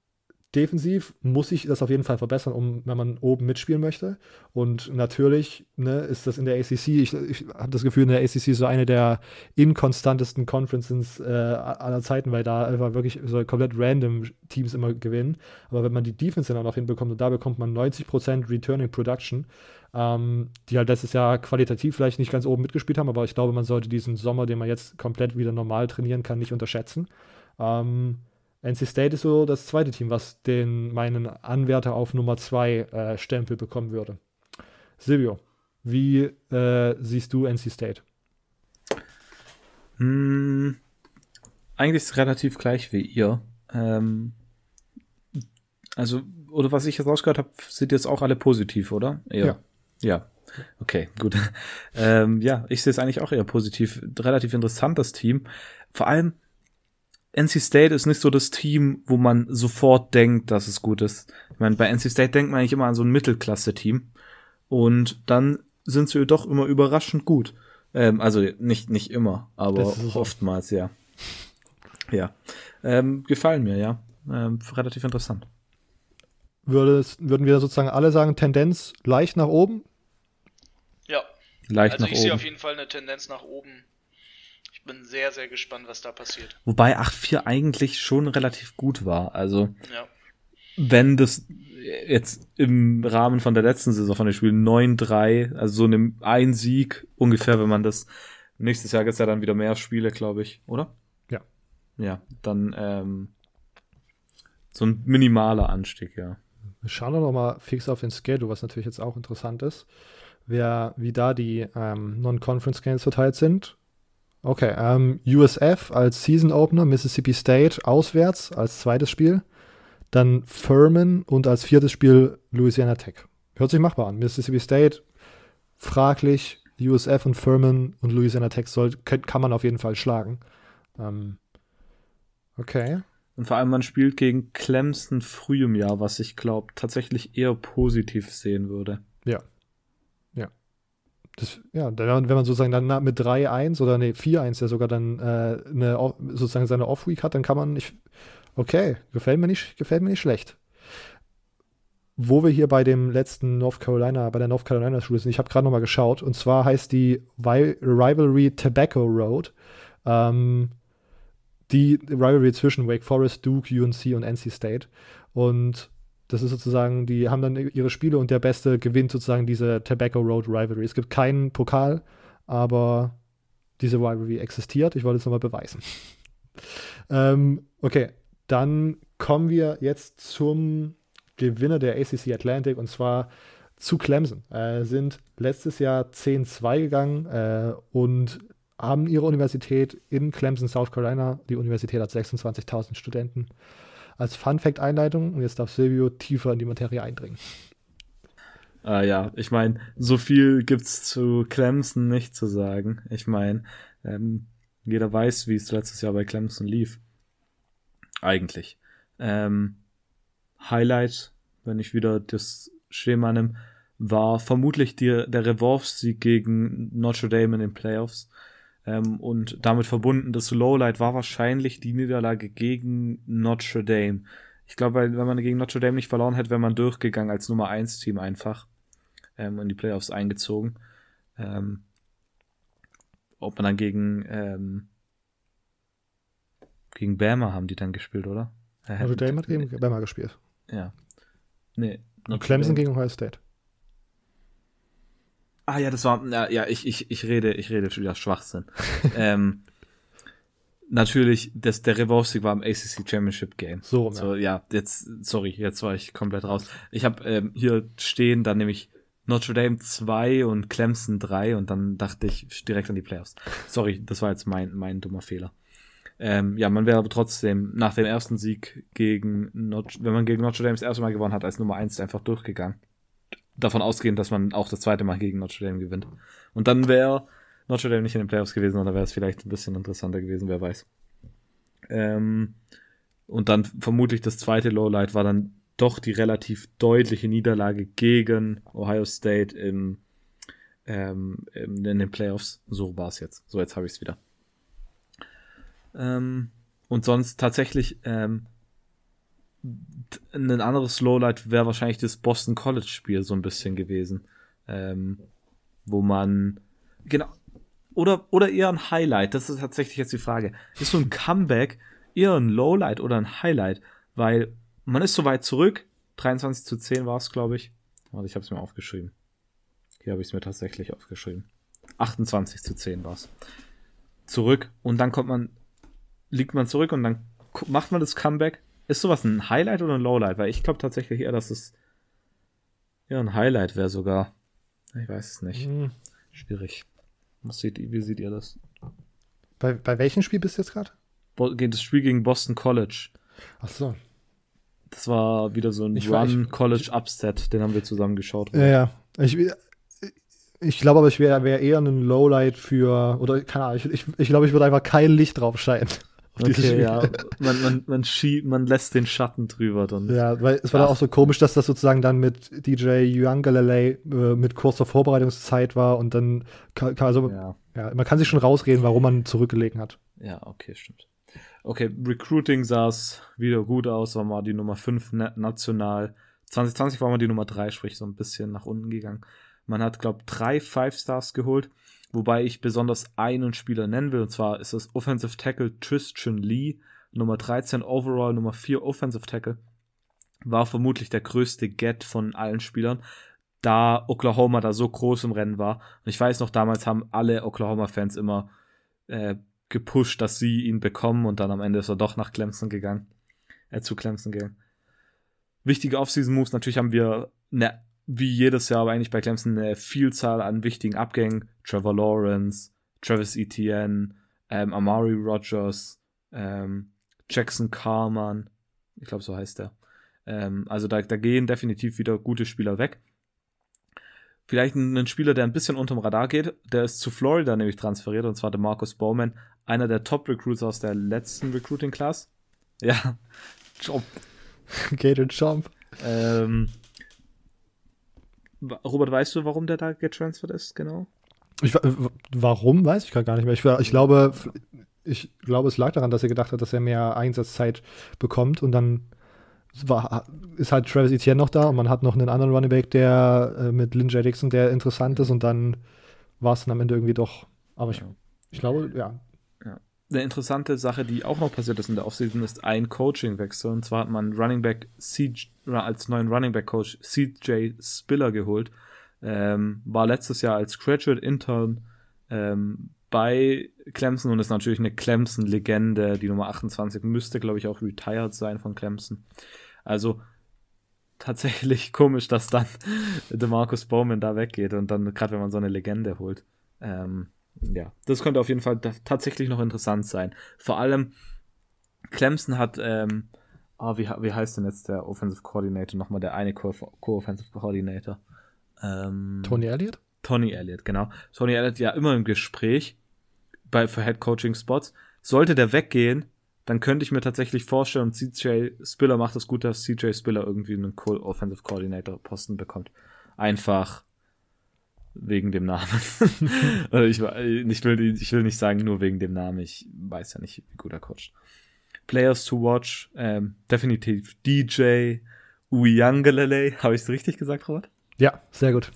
S1: defensiv muss ich das auf jeden Fall verbessern, um, wenn man oben mitspielen möchte. Und natürlich ne, ist das in der A C C, ich, ich habe das Gefühl, in der A C C ist so eine der inkonstantesten Conferences äh, aller Zeiten, weil da einfach wirklich so komplett random Teams immer gewinnen. Aber wenn man die Defense dann auch noch hinbekommt und da bekommt man neunzig Prozent Returning Production, ähm, die halt letztes Jahr qualitativ vielleicht nicht ganz oben mitgespielt haben, aber ich glaube, man sollte diesen Sommer, den man jetzt komplett wieder normal trainieren kann, nicht unterschätzen. Ähm, N C State ist so das zweite Team, was den meinen Anwärter auf Nummer zwei äh, Stempel bekommen würde. Silvio, wie äh, siehst du N C State?
S2: Hm, eigentlich ist es relativ gleich wie ihr. Ähm, also, oder was ich jetzt rausgehört habe, sind jetzt auch alle positiv, oder? Eher.
S1: Ja.
S2: Ja. Okay, gut. ähm, ja, ich sehe es eigentlich auch eher positiv. Relativ interessantes Team. Vor allem, N C State ist nicht so das Team, wo man sofort denkt, dass es gut ist. Ich meine, bei N C State denkt man eigentlich immer an so ein Mittelklasse-Team. Und dann sind sie doch immer überraschend gut. Ähm, also nicht, nicht immer, aber
S1: Das ist so.
S2: oftmals, ja. Ja. Ähm, gefallen mir, ja. Ähm, relativ interessant.
S1: Würde es, würden wir sozusagen alle sagen, Tendenz leicht nach oben?
S3: Ja,
S2: Leicht
S3: also
S2: nach
S3: ich sehe
S2: oben.
S3: auf jeden Fall eine Tendenz nach oben. Ich bin sehr, sehr gespannt, was da passiert.
S2: Wobei acht vier eigentlich schon relativ gut war. Also,
S3: Ja,
S2: wenn das jetzt im Rahmen von der letzten Saison von den Spielen neun drei, also so einem ein Sieg ungefähr, wenn man das nächstes Jahr gibt es ja dann wieder mehr Spiele, glaube ich, oder?
S1: Ja.
S2: Ja, dann ähm, so ein minimaler Anstieg, ja.
S1: Wir schauen doch noch mal fix auf den Schedule, was natürlich jetzt auch interessant ist, wer, wie da die ähm, Non-Conference-Games verteilt sind. Okay, ähm, U S F als Season Opener, Mississippi State auswärts als zweites Spiel, dann Furman und als viertes Spiel Louisiana Tech. Hört sich machbar an. Mississippi State fraglich, U S F und Furman und Louisiana Tech soll, kann, kann man auf jeden Fall schlagen. Ähm, okay.
S2: Und vor allem man spielt gegen Clemson früh im Jahr, was ich glaube tatsächlich eher positiv sehen würde.
S1: Ja. Ja. Das, ja, dann, wenn man sozusagen dann na- mit drei eins oder nee, vier eins ja sogar dann äh, eine, Off- sozusagen seine Off-Week hat, dann kann man nicht. Okay, gefällt mir nicht, gefällt mir nicht schlecht. Wo wir hier bei dem letzten North Carolina, bei der North Carolina Schule sind, ich habe gerade noch mal geschaut, und zwar heißt die Vi- Rivalry Tobacco Road. Ähm, die Rivalry zwischen Wake Forest, Duke, U N C und N C State. Und das ist sozusagen, die haben dann ihre Spiele und der Beste gewinnt sozusagen diese Tobacco Road Rivalry. Es gibt keinen Pokal, aber diese Rivalry existiert. Ich wollte es nochmal beweisen. ähm, okay, dann kommen wir jetzt zum Gewinner der A C C Atlantic, und zwar zu Clemson. Äh, sind letztes Jahr zehn zwei gegangen äh, und haben ihre Universität in Clemson, South Carolina. Die Universität hat sechsundzwanzigtausend Studenten. Als Fun-Fact-Einleitung, und jetzt darf Silvio tiefer in die Materie eindringen.
S2: Ah ja, ich meine, so viel gibt's zu Clemson nicht zu sagen. Ich meine, ähm, jeder weiß, wie es letztes Jahr bei Clemson lief. Eigentlich. Ähm, Highlight, wenn ich wieder das Schema nehme, war vermutlich die, der Revolve-Sieg gegen Notre Dame in den Playoffs. Ähm, und damit verbunden, das Lowlight war wahrscheinlich die Niederlage gegen Notre Dame. Ich glaube, weil wenn man gegen Notre Dame nicht verloren hätte, wäre man durchgegangen als Nummer eins Team einfach ähm, in die Playoffs eingezogen. Ähm, ob man dann gegen ähm, gegen Bama haben die dann gespielt, oder? Äh,
S1: Notre Dame hat gegen Bama gespielt.
S2: Ja. Nee.
S1: Und Clemson gegen Ohio State.
S2: Ah ja, das war, ja, ja ich, ich, ich rede, ich rede schon wieder Schwachsinn. ähm, natürlich, das, der Revolve-Sieg war im A C C Championship Game.
S1: So,
S2: so ja. jetzt, sorry, jetzt war ich komplett raus. Ich habe ähm, hier stehen, dann nämlich Notre Dame zwei und Clemson drei und dann dachte ich direkt an die Playoffs. Sorry, das war jetzt mein, mein dummer Fehler. Ähm, ja, man wäre aber trotzdem nach dem ersten Sieg gegen, Not- wenn man gegen Notre Dame das erste Mal gewonnen hat, als Nummer eins einfach durchgegangen. Davon ausgehend, dass man auch das zweite Mal gegen Notre Dame gewinnt. Und dann wäre Notre Dame nicht in den Playoffs gewesen, oder wäre es vielleicht ein bisschen interessanter gewesen, wer weiß. Ähm, und dann vermutlich das zweite Lowlight war dann doch die relativ deutliche Niederlage gegen Ohio State im, ähm, in den Playoffs. So war es jetzt. So, jetzt habe ich es wieder. Ähm, und sonst tatsächlich ähm, ein anderes Lowlight wäre wahrscheinlich das Boston College Spiel so ein bisschen gewesen, ähm, wo man genau oder oder eher ein Highlight. Das ist tatsächlich jetzt die Frage. Ist so ein Comeback eher ein Lowlight oder ein Highlight, weil man ist so weit zurück. dreiundzwanzig zu zehn war es, glaube ich. Also ich habe es mir aufgeschrieben. Hier habe ich es mir tatsächlich aufgeschrieben. achtundzwanzig zu zehn war es. Zurück und dann kommt man, liegt man zurück und dann macht man das Comeback. Ist sowas ein Highlight oder ein Lowlight? Weil ich glaube tatsächlich eher, dass es eher ein Highlight wäre sogar. Ich weiß es nicht.
S1: Hm.
S2: Schwierig. Was seht ihr, wie seht ihr das?
S1: Bei, bei welchem Spiel bist du jetzt gerade?
S2: Bo- Das Spiel gegen Boston College.
S1: Ach so.
S2: Das war wieder so ein
S1: Ich war- ich-
S2: Run-College-Upset, den haben wir zusammen geschaut.
S1: Ja, ja. Ich, ich glaube aber, ich wäre wär eher ein Lowlight für, oder keine Ahnung, ich, ich, ich glaube, ich würde einfach kein Licht drauf scheinen. Auf dieses
S2: Okay,
S1: Spiel.
S2: ja. Man, man, man, schie- man lässt den Schatten drüber dann.
S1: Ja, weil es war
S2: Ja.
S1: dann auch so komisch, dass das sozusagen dann mit D J Uiagalelei äh, mit kurzer Vorbereitungszeit war und dann, ka- ka- also, ja.
S2: Ja.
S1: man kann sich schon rausreden, warum man zurückgelegen hat.
S2: Ja, okay, stimmt. Okay, Recruiting sah es wieder gut aus, war mal die Nummer fünf na- national. zwanzig zwanzig war mal die Nummer drei, sprich so ein bisschen nach unten gegangen. Man hat, glaube ich, drei Five-Stars geholt, wobei ich besonders einen Spieler nennen will, und zwar ist das Offensive Tackle Tristan Lee, Nummer dreizehn overall, Nummer vier Offensive Tackle. War vermutlich der größte Get von allen Spielern, da Oklahoma da so groß im Rennen war. Und ich weiß noch, damals haben alle Oklahoma-Fans immer äh, gepusht, dass sie ihn bekommen, und dann am Ende ist er doch nach Clemson gegangen. Äh, zu Clemson gegangen. Wichtige Offseason-Moves, natürlich haben wir, ne, wie jedes Jahr, aber eigentlich bei Clemson eine Vielzahl an wichtigen Abgängen. Trevor Lawrence, Travis Etienne, ähm, Amari Rogers, ähm, Jackson Carman, ich glaube, so heißt er. Ähm, also da, da gehen definitiv wieder gute Spieler weg. Vielleicht ein, ein Spieler, der ein bisschen unterm Radar geht, der ist zu Florida nämlich transferiert, und zwar der Marcus Bowman, einer der Top-Recruits aus der letzten Recruiting-Class. Ja, Job.
S1: Gator Jump.
S2: Ähm, Robert, weißt du, warum der da getransfert ist, genau?
S1: Ich, wa- w- warum, weiß ich gerade gar nicht mehr. Ich, wa- ich, glaube, f- ich glaube, es lag daran, dass er gedacht hat, dass er mehr Einsatzzeit bekommt, und dann war, ist halt Travis Etienne noch da und man hat noch einen anderen Running Back, der äh, mit Lynn J. Dixon, der interessant ist, und dann war es dann am Ende irgendwie doch. Aber ich,
S2: Ja.
S1: ich glaube, ja.
S2: Eine interessante Sache, die auch noch passiert ist in der Offseason, ist ein Coaching-Wechsel. Und zwar hat man Running Back C J, als neuen Running Back Coach C J Spiller geholt. Ähm, war letztes Jahr als Graduate Intern ähm, bei Clemson und ist natürlich eine Clemson-Legende. Die Nummer achtundzwanzig müsste, glaube ich, auch retired sein von Clemson. Also tatsächlich komisch, dass dann DeMarcus Bowman da weggeht und dann, gerade wenn man so eine Legende holt. Ähm, ja, das könnte auf jeden Fall da, tatsächlich noch interessant sein. Vor allem, Clemson hat, ähm, oh, wie, wie heißt denn jetzt der Offensive Coordinator nochmal, der eine Co- Co-Offensive Coordinator? Ähm,
S1: Tony Elliott?
S2: Tony Elliott, genau. Tony Elliott ja immer im Gespräch bei, für Head-Coaching-Spots. Sollte der weggehen, dann könnte ich mir tatsächlich vorstellen, und C J Spiller macht es gut, dass C J Spiller irgendwie einen cool Offensive Coordinator Posten bekommt. Einfach wegen dem Namen. ich, ich, will, ich will nicht sagen, nur wegen dem Namen. Ich weiß ja nicht, wie gut er coacht. Players to watch, ähm, definitiv D J Uiagalelei. Habe ich es richtig gesagt, Robert?
S1: Ja, sehr gut.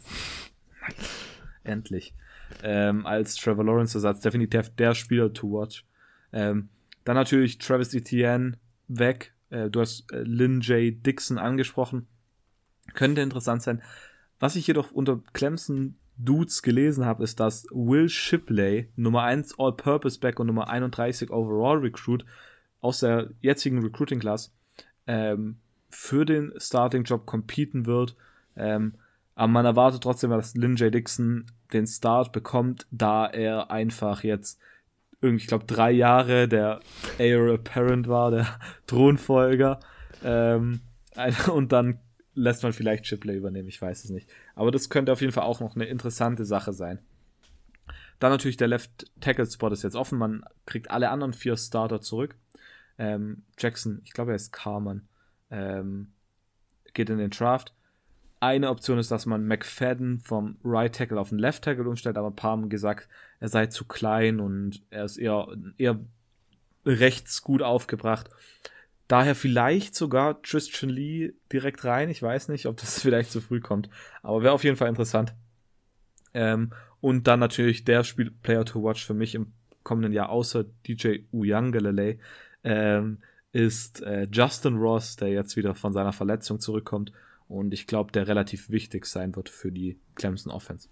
S2: Endlich. Ähm, als Trevor Lawrence Ersatz definitiv der Spieler to watch. Ähm, dann natürlich Travis Etienne weg. Äh, du hast äh, Lynn J. Dixon angesprochen. Könnte interessant sein. Was ich jedoch unter Clemson Dudes gelesen habe, ist, dass Will Shipley, Nummer eins All-Purpose-Back und Nummer einunddreißig Overall-Recruit aus der jetzigen Recruiting-Class, ähm, für den Starting-Job competen wird. Ähm, aber man erwartet trotzdem, dass Lynn J. Dixon den Start bekommt, da er einfach jetzt irgendwie, ich glaube, drei Jahre der Heir Apparent war, der Thronfolger. Ähm, und dann lässt man vielleicht Shipley übernehmen, ich weiß es nicht. Aber das könnte auf jeden Fall auch noch eine interessante Sache sein. Dann natürlich der Left-Tackle-Spot ist jetzt offen, man kriegt alle anderen vier Starter zurück. Ähm, Jackson, ich glaube, er ist Carman, ähm, geht in den Draft. Eine Option ist, dass man McFadden vom Right Tackle auf den Left Tackle umstellt, aber ein paar haben gesagt, er sei zu klein und er ist eher, eher rechts gut aufgebracht. Daher vielleicht sogar Tristan Lee direkt rein. Ich weiß nicht, ob das vielleicht zu früh kommt, aber wäre auf jeden Fall interessant. Ähm, und dann natürlich der Spiel Player to watch für mich im kommenden Jahr, außer D J Uiagalelei, ähm, ist äh, Justin Ross, der jetzt wieder von seiner Verletzung zurückkommt und ich glaube, der relativ wichtig sein wird für die Clemson Offense.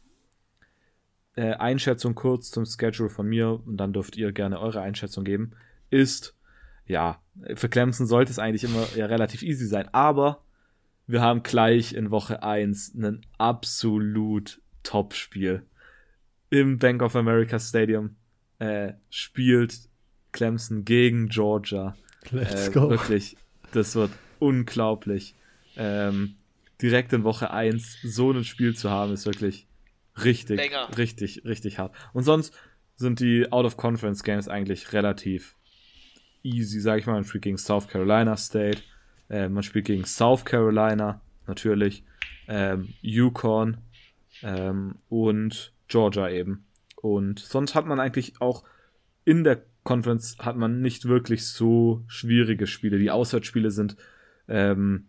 S2: Äh, Einschätzung kurz zum Schedule von mir und dann dürft ihr gerne eure Einschätzung geben, ist, ja, für Clemson sollte es eigentlich immer ja relativ easy sein, aber wir haben gleich in Woche eins ein absolut Top-Spiel. Im Bank of America Stadium äh, spielt Clemson gegen Georgia.
S1: Let's
S2: äh,
S1: go.
S2: Wirklich, das wird unglaublich. Ähm, direkt in Woche eins so ein Spiel zu haben, ist wirklich richtig,
S3: Banger.
S2: richtig, richtig hart. Und sonst sind die Out-of-Conference-Games eigentlich relativ easy, sag ich mal. Man spielt gegen South Carolina State, äh, man spielt gegen South Carolina, natürlich, ähm, Yukon ähm, und Georgia eben. Und sonst hat man eigentlich auch in der Conference hat man nicht wirklich so schwierige Spiele. Die Auswärtsspiele sind ähm,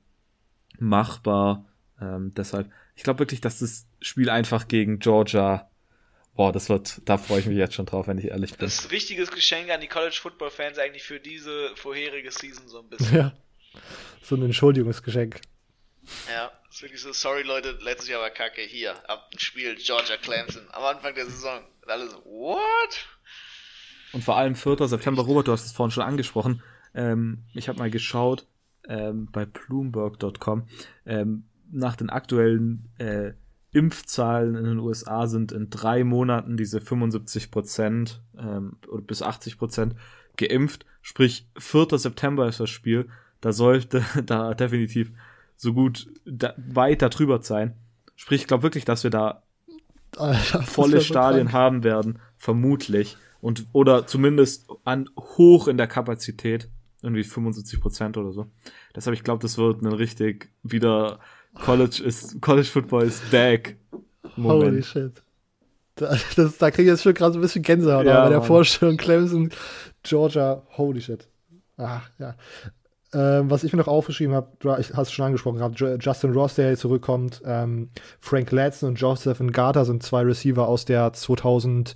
S2: machbar. Ähm, deshalb, ich glaube wirklich, dass das Spiel einfach gegen Georgia, boah, das wird, da freue ich mich jetzt schon drauf, wenn ich ehrlich bin.
S3: Das ist ein richtiges Geschenk an die College-Football-Fans eigentlich für diese vorherige Season so ein bisschen.
S1: Ja, so ein Entschuldigungsgeschenk.
S3: Ja, ist wirklich so, sorry Leute, letztes Jahr war kacke, hier, ab dem Spiel Georgia Clemson, am Anfang der Saison. Und alle so, what?
S2: Und vor allem vierter September, Robert, du hast es vorhin schon angesprochen, ähm, ich habe mal geschaut ähm, bei Bloomberg Punkt com, ähm, nach den aktuellen äh, Impfzahlen in den U S A sind in drei Monaten diese fünfundsiebzig Prozent ähm, oder bis achtzig Prozent geimpft, sprich vierter September ist das Spiel, da sollte da definitiv so gut da, weit darüber sein, sprich ich glaube wirklich, dass wir da
S1: Alter,
S2: volle Stadien krank haben werden, vermutlich. Und, oder zumindest an, hoch in der Kapazität, irgendwie fünfundsiebzig Prozent oder so. Deshalb, ich glaube, das wird ein richtig wieder College ist, College Football ist back Moment.
S1: Holy shit. Da, das, da kriege ich jetzt schon gerade so ein bisschen Gänsehaut
S2: ja,
S1: bei der
S2: Mann.
S1: Vorstellung Clemson, Georgia, holy shit. Ach, ja. Ähm, was ich mir noch aufgeschrieben habe, du hast es schon angesprochen gehabt, Justin Ross, der hier zurückkommt, ähm, Frank Ladson und Joseph Ngata sind zwei Receiver aus der zweitausendzwanziger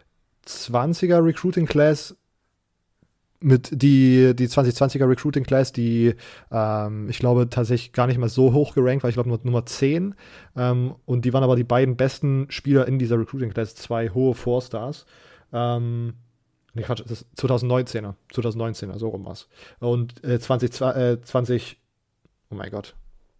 S1: Recruiting Class, mit die, die zweitausendzwanziger Recruiting Class, die ähm, ich glaube tatsächlich gar nicht mal so hoch gerankt war, ich glaube nur Nummer zehn, ähm, und die waren aber die beiden besten Spieler in dieser Recruiting Class, zwei hohe Four-Stars. Ähm, Nee, Quatsch, das ist zweitausendneunzehner. zweitausendneunzehner, so rum war's. Und äh, zwanzig, äh, zwanzig, oh mein Gott.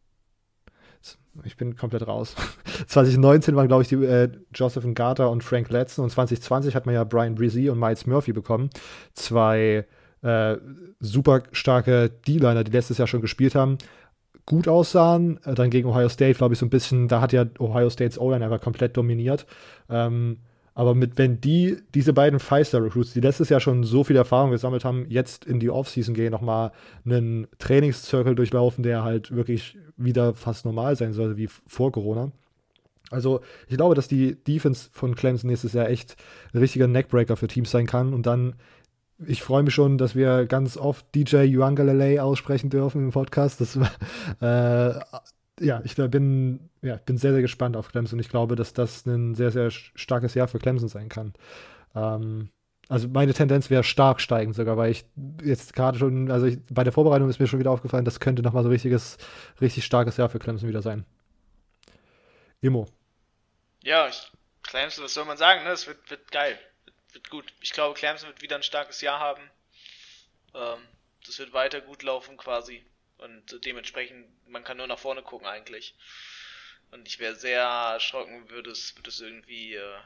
S1: Ich bin komplett raus. zwanzig neunzehn waren, glaube ich, die äh, Joseph Ngata und Frank Ladson. Und zwanzig zwanzig hat man ja Brian Bresee und Miles Murphy bekommen. Zwei äh, super starke D-Liner, die letztes Jahr schon gespielt haben. Gut aussahen. Äh, dann gegen Ohio State, glaube ich, so ein bisschen, da hat ja Ohio States O-Line einfach komplett dominiert. Ähm, Aber mit, wenn die, diese beiden Five-Star-Recruits, die letztes Jahr schon so viel Erfahrung gesammelt haben, jetzt in die Offseason gehen, nochmal einen Trainingszirkel durchlaufen, der halt wirklich wieder fast normal sein sollte, wie vor Corona. Also ich glaube, dass die Defense von Clemson nächstes Jahr echt ein richtiger Neckbreaker für Teams sein kann. Und dann, ich freue mich schon, dass wir ganz oft D J Uiagalelei aussprechen dürfen im Podcast. Das äh, ja, ich bin, ja, bin sehr, sehr gespannt auf Clemson. Ich glaube, dass das ein sehr, sehr starkes Jahr für Clemson sein kann. Ähm, also meine Tendenz wäre stark steigend sogar, weil ich jetzt gerade schon, also ich, bei der Vorbereitung ist mir schon wieder aufgefallen, das könnte nochmal so richtiges, richtig starkes Jahr für Clemson wieder sein. Immo.
S3: Ja, ich, Clemson, was soll man sagen, ne? Es wird, wird geil. Wird, wird gut. Ich glaube, Clemson wird wieder ein starkes Jahr haben. Ähm, das wird weiter gut laufen quasi. Und dementsprechend, man kann nur nach vorne gucken eigentlich. Und ich wäre sehr erschrocken, würde es, würde es irgendwie äh,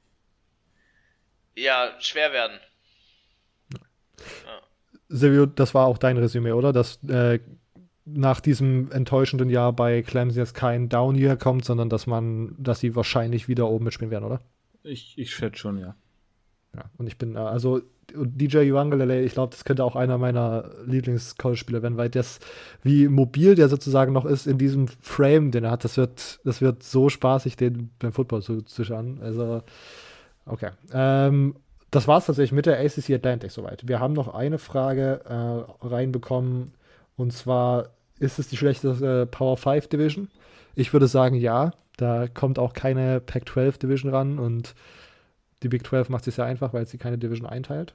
S3: ja, schwer werden.
S1: Ja. Silvio, das war auch dein Resümee, oder? Dass äh, nach diesem enttäuschenden Jahr bei Clemson jetzt kein Down-Year kommt, sondern dass man, dass sie wahrscheinlich wieder oben mitspielen werden, oder?
S2: Ich, ich schätze schon, ja.
S1: Ja, und ich bin, also D J Uiagalelei, ich glaube, das könnte auch einer meiner Lieblings-College-Spieler werden, weil das, wie mobil der sozusagen noch ist in diesem Frame, den er hat, das wird, das wird so spaßig, den beim Football zu, zu schauen. Also, okay. Ähm, das war es tatsächlich mit der A C C Atlantic soweit. Wir haben noch eine Frage äh, reinbekommen, und zwar, ist es die schlechteste Power fünf Division? Ich würde sagen, ja. Da kommt auch keine Pac zwölf Division ran, und die Big zwölf macht es sehr einfach, weil sie keine Division einteilt.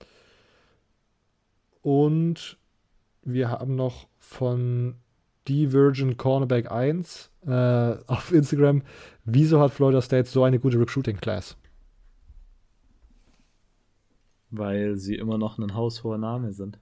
S1: Und wir haben noch von Divergent Cornerback eins äh, auf Instagram: Wieso hat Florida State so eine gute Recruiting Class?
S2: Weil sie immer noch ein haushoher Name sind.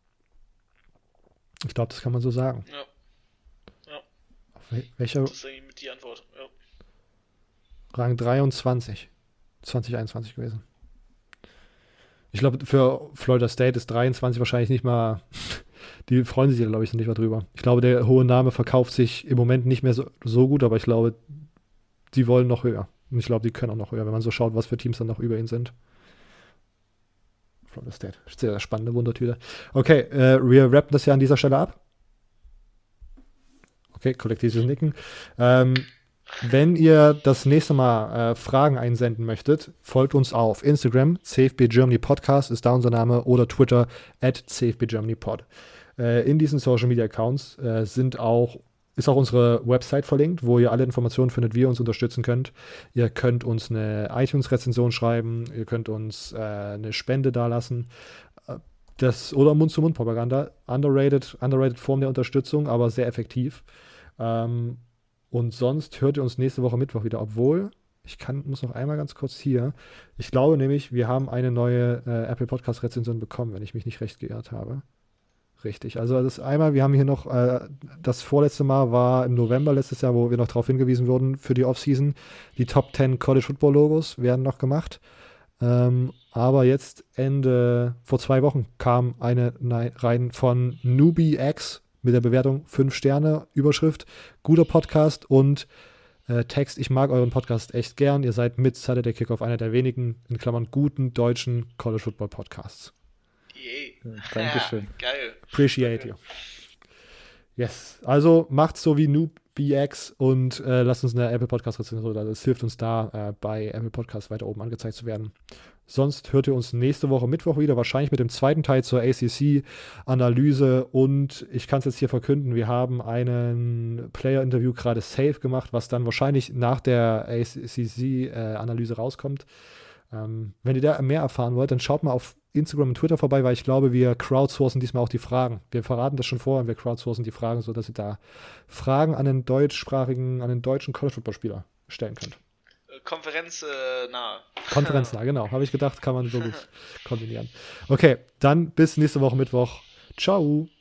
S1: Ich glaube, das kann man so sagen.
S3: Ja. Ja.
S1: Auf wel- welcher
S3: Das ist eigentlich mit die Antwort. Ja.
S1: Rang dreiundzwanzig. zwanzig einundzwanzig gewesen. Ich glaube, für Florida State ist dreiundzwanzig wahrscheinlich nicht mal, die freuen sich, glaube ich, nicht mal drüber. Ich glaube, der hohe Name verkauft sich im Moment nicht mehr so, so gut, aber ich glaube, die wollen noch höher. Und ich glaube, die können auch noch höher, wenn man so schaut, was für Teams dann noch über ihn sind. Florida State. Sehr, sehr spannende Wundertüte. Okay, äh, wir rappen das ja an dieser Stelle ab. Okay, kollektives Nicken. Ähm, Wenn ihr das nächste Mal äh, Fragen einsenden möchtet, folgt uns auf Instagram, C F B Germany Podcast ist da unser Name, oder Twitter at C F B Germany Pod. Äh, in diesen Social Media Accounts äh, sind auch, ist auch unsere Website verlinkt, wo ihr alle Informationen findet, wie ihr uns unterstützen könnt. Ihr könnt uns eine iTunes-Rezension schreiben, ihr könnt uns äh, eine Spende dalassen. Das, oder Mund-zu-Mund-Propaganda, underrated, underrated Form der Unterstützung, aber sehr effektiv. Ähm, Und sonst hört ihr uns nächste Woche Mittwoch wieder, obwohl, ich kann, muss noch einmal ganz kurz hier, ich glaube nämlich, wir haben eine neue äh, Apple Podcast Rezension bekommen, wenn ich mich nicht recht geirrt habe. Richtig, also das einmal, wir haben hier noch, äh, das vorletzte Mal war im November letztes Jahr, wo wir noch darauf hingewiesen wurden für die Offseason, die Top zehn College Football Logos werden noch gemacht. Ähm, aber jetzt Ende, vor zwei Wochen kam eine nein, rein von Newbie X, mit der Bewertung fünf Sterne, Überschrift, guter Podcast und äh, Text, ich mag euren Podcast echt gern. Ihr seid mit Saturday Kickoff einer der wenigen, in Klammern, guten deutschen College Football Podcasts.
S3: Yay.
S2: Ja, Dankeschön.
S3: Ja, geil.
S1: Appreciate you. Yes. Also macht's so wie Noob B X und äh, lasst uns eine Apple Podcast Rezension, das hilft uns da, äh, bei Apple Podcasts weiter oben angezeigt zu werden. Sonst hört ihr uns nächste Woche Mittwoch wieder, wahrscheinlich mit dem zweiten Teil zur A C C-Analyse. Und ich kann es jetzt hier verkünden, wir haben einen Player-Interview gerade safe gemacht, was dann wahrscheinlich nach der A C C-Analyse rauskommt. Ähm, wenn ihr da mehr erfahren wollt, dann schaut mal auf Instagram und Twitter vorbei, weil ich glaube, wir crowdsourcen diesmal auch die Fragen. Wir verraten das schon vorher und wir crowdsourcen die Fragen, sodass ihr da Fragen an den deutschsprachigen, an den deutschen College-Football-Spieler stellen könnt.
S3: Konferenz äh, nahe.
S1: Konferenznah, genau. Habe ich gedacht, kann man so gut kombinieren. Okay, dann bis nächste Woche Mittwoch. Ciao.